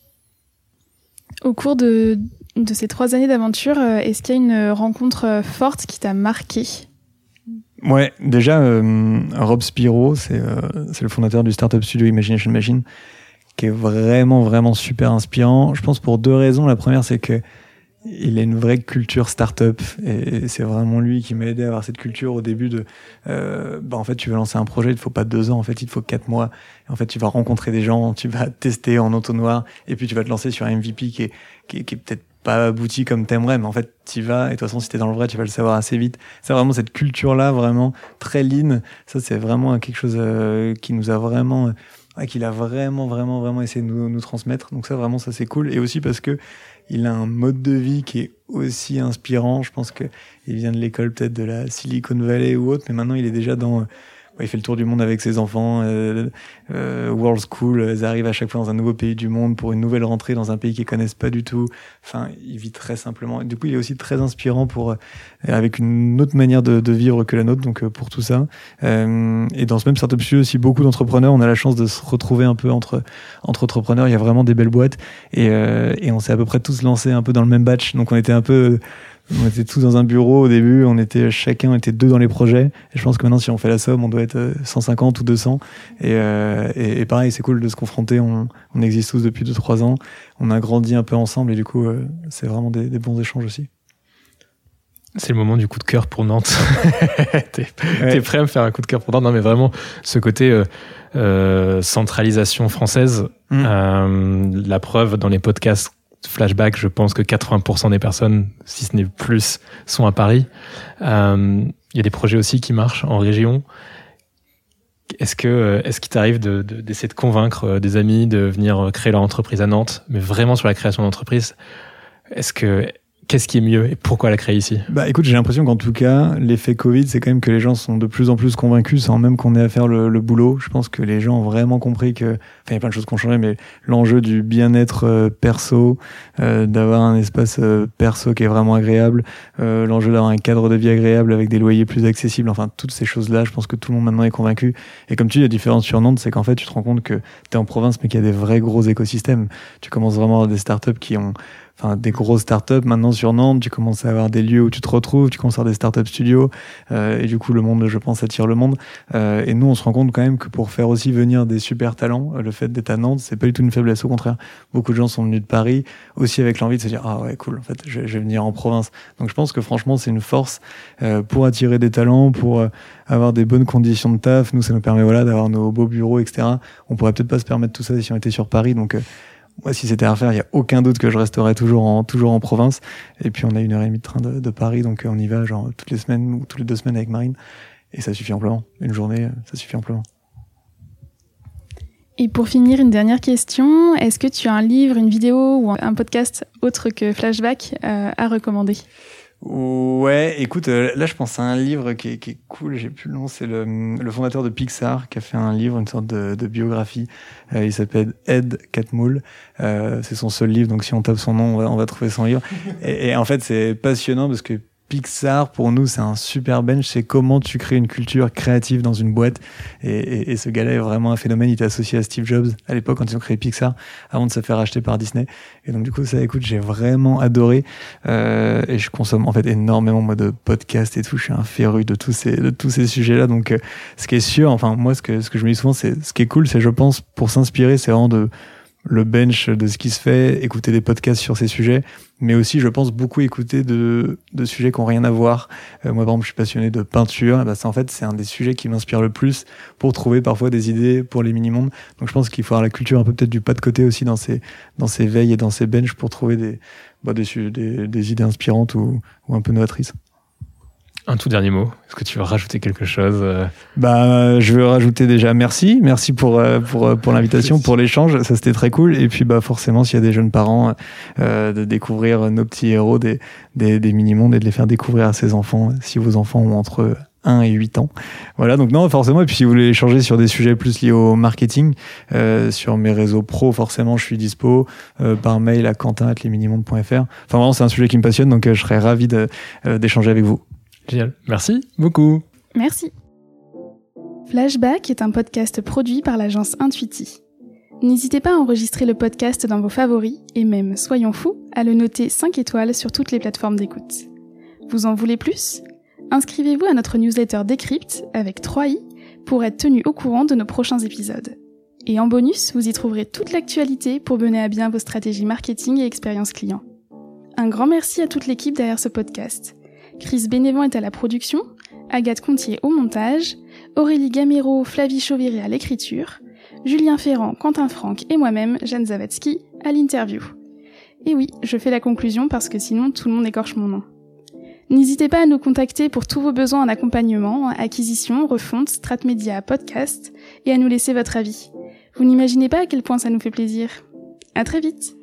Au cours de, de ces trois années d'aventure, est-ce qu'il y a une rencontre forte qui t'a marqué ? Ouais, déjà, euh, Rob Spiro, c'est, euh, c'est le fondateur du startup studio Imagination Machine, qui est vraiment, vraiment super inspirant. Je pense pour deux raisons. La première, c'est que il a une vraie culture start-up, et c'est vraiment lui qui m'a aidé à avoir cette culture au début de euh, bah en fait tu veux lancer un projet, il ne faut pas deux ans, en fait il te faut quatre mois, et en fait tu vas rencontrer des gens, tu vas tester en entonnoir, et puis tu vas te lancer sur un M V P qui est, qui est, qui est peut-être pas abouti comme t'aimerais, mais en fait t'y vas, et de toute façon si t'es dans le vrai tu vas le savoir assez vite. C'est vraiment cette culture là, vraiment très lean. Ça c'est vraiment quelque chose euh, qui nous a vraiment euh, qu'il a vraiment vraiment vraiment essayé de nous, nous transmettre. Donc ça vraiment ça c'est cool, et aussi parce que il a un mode de vie qui est aussi inspirant. Je pense que il vient de l'école peut-être de la Silicon Valley ou autre, mais maintenant il est déjà dans il fait le tour du monde avec ses enfants, euh, euh, World School, ils arrivent à chaque fois dans un nouveau pays du monde pour une nouvelle rentrée dans un pays qu'ils connaissent pas du tout. Enfin, il vit très simplement. Et du coup, il est aussi très inspirant pour, euh, avec une autre manière de, de vivre que la nôtre, donc euh, pour tout ça. Euh, et dans ce même startup studio aussi, beaucoup d'entrepreneurs, on a la chance de se retrouver un peu entre, entre entrepreneurs. Il y a vraiment des belles boîtes, et, euh, et on s'est à peu près tous lancés un peu dans le même batch. Donc on était un peu... On était tous dans un bureau au début, on était chacun on était deux dans les projets, et je pense que maintenant si on fait la somme on doit être cent cinquante ou deux cents, et, euh, et, et pareil c'est cool de se confronter, on, on existe tous depuis deux trois ans, on a grandi un peu ensemble, et du coup euh, c'est vraiment des, des bons échanges aussi. C'est le moment du coup de cœur pour Nantes. t'es, ouais. t'es prêt à me faire un coup de cœur pour Nantes? Non, mais vraiment, ce côté euh, euh, centralisation française, mmh. euh, la preuve dans les podcasts Flashback, je pense que quatre-vingts pour cent des personnes, si ce n'est plus, sont à Paris. Euh, il y a des projets aussi qui marchent en région. Est-ce que, est-ce qu'il t'arrive de, de, d'essayer de convaincre des amis de venir créer leur entreprise à Nantes, mais vraiment sur la création d'entreprise? Est-ce que Qu'est-ce qui est mieux et pourquoi la créer ici? Bah écoute, j'ai l'impression qu'en tout cas, l'effet Covid, c'est quand même que les gens sont de plus en plus convaincus sans même qu'on ait à faire le, le boulot. Je pense que les gens ont vraiment compris que, enfin, il y a plein de choses qui ont changé, mais l'enjeu du bien-être euh, perso, euh, d'avoir un espace euh, perso qui est vraiment agréable, euh, l'enjeu d'avoir un cadre de vie agréable avec des loyers plus accessibles, enfin, toutes ces choses-là, je pense que tout le monde maintenant est convaincu. Et comme tu dis, la différence sur Nantes, c'est qu'en fait, tu te rends compte que t'es en province, mais qu'il y a des vrais gros écosystèmes. Tu commences vraiment à avoir des startups qui ont Enfin, des grosses startups maintenant sur Nantes, tu commences à avoir des lieux où tu te retrouves, tu commences à avoir des startup studios, euh, et du coup le monde, je pense, attire le monde. Euh, et nous, on se rend compte quand même que pour faire aussi venir des super talents, le fait d'être à Nantes, c'est pas du tout une faiblesse, au contraire. Beaucoup de gens sont venus de Paris aussi avec l'envie de se dire ah ouais cool, en fait, je, je vais venir en province. Donc je pense que franchement, c'est une force euh, pour attirer des talents, pour euh, avoir des bonnes conditions de taf. Nous, ça nous permet voilà d'avoir nos beaux bureaux, et cetera. On pourrait peut-être pas se permettre tout ça si on était sur Paris, donc. Euh, Moi, si c'était à refaire, il n'y a aucun doute que je resterais toujours en, toujours en province. Et puis, on a une heure et demie de train de, de Paris, donc on y va genre toutes les semaines ou toutes les deux semaines avec Marine. Et ça suffit amplement. Une journée, ça suffit amplement. Et pour finir, une dernière question. Est-ce que tu as un livre, une vidéo ou un podcast autre que Flashback euh, à recommander ? Ouais, écoute, euh, là je pense à un livre qui est, qui est cool, j'ai plus le nom, c'est le, le fondateur de Pixar qui a fait un livre, une sorte de, de biographie. Euh, il s'appelle Ed Catmull. Euh, c'est son seul livre, donc si on tape son nom, on va, on va trouver son livre. Et, et en fait, c'est passionnant parce que Pixar, pour nous, c'est un super bench. C'est comment tu crées une culture créative dans une boîte. Et, et, et ce gars-là est vraiment un phénomène. Il était associé à Steve Jobs à l'époque quand ils ont créé Pixar, avant de se faire racheter par Disney. Et donc, du coup, ça, écoute, j'ai vraiment adoré. Euh, et je consomme, en fait, énormément, moi, de podcasts et tout. Je suis un féru de tous ces, de tous ces sujets-là. Donc, euh, ce qui est sûr, enfin, moi, ce que, ce que je me dis souvent, c'est, ce qui est cool, c'est, je pense, pour s'inspirer, c'est vraiment de, le bench de ce qui se fait, écouter des podcasts sur ces sujets, mais aussi, je pense, beaucoup écouter de, de sujets qui n'ont rien à voir. Euh, moi, par exemple, je suis passionné de peinture. Et ben, ça, en fait, c'est un des sujets qui m'inspire le plus pour trouver parfois des idées pour les mini-mondes. Donc, je pense qu'il faut avoir la culture un peu peut-être du pas de côté aussi dans ces, dans ces veilles et dans ces benches pour trouver des, bah, des, des, des idées inspirantes ou, ou un peu novatrices. Un tout dernier mot. Est-ce que tu veux rajouter quelque chose? Bah, je veux rajouter déjà merci, merci pour pour pour l'invitation, pour l'échange, ça c'était très cool. Et puis bah forcément, s'il y a des jeunes parents, euh, de découvrir nos petits héros des des, des mini-mondes et de les faire découvrir à ses enfants, si vos enfants ont entre un et huit ans. Voilà, donc non, forcément. Et puis si vous voulez échanger sur des sujets plus liés au marketing, euh, sur mes réseaux pro, forcément, je suis dispo euh, par mail à quentin arobase les minimondes point f r. Enfin vraiment, c'est un sujet qui me passionne, donc euh, je serais ravi de euh, d'échanger avec vous. Génial. Merci beaucoup. Merci. Flashback est un podcast produit par l'agence Intuiti. N'hésitez pas à enregistrer le podcast dans vos favoris et même, soyons fous, à le noter cinq étoiles sur toutes les plateformes d'écoute. Vous en voulez plus ? Inscrivez-vous à notre newsletter Décrypte avec trois i pour être tenu au courant de nos prochains épisodes. Et en bonus, vous y trouverez toute l'actualité pour mener à bien vos stratégies marketing et expérience client. Un grand merci à toute l'équipe derrière ce podcast. Chris Bénévent est à la production, Agathe Contier au montage, Aurélie Gamero, Flavie Chauviré à l'écriture, Julien Ferrand, Quentin Franck et moi-même, Jeanne Zawadzki, à l'interview. Et oui, je fais la conclusion parce que sinon tout le monde écorche mon nom. N'hésitez pas à nous contacter pour tous vos besoins en accompagnement, acquisition, refonte, strat média, podcast, et à nous laisser votre avis. Vous n'imaginez pas à quel point ça nous fait plaisir. À très vite!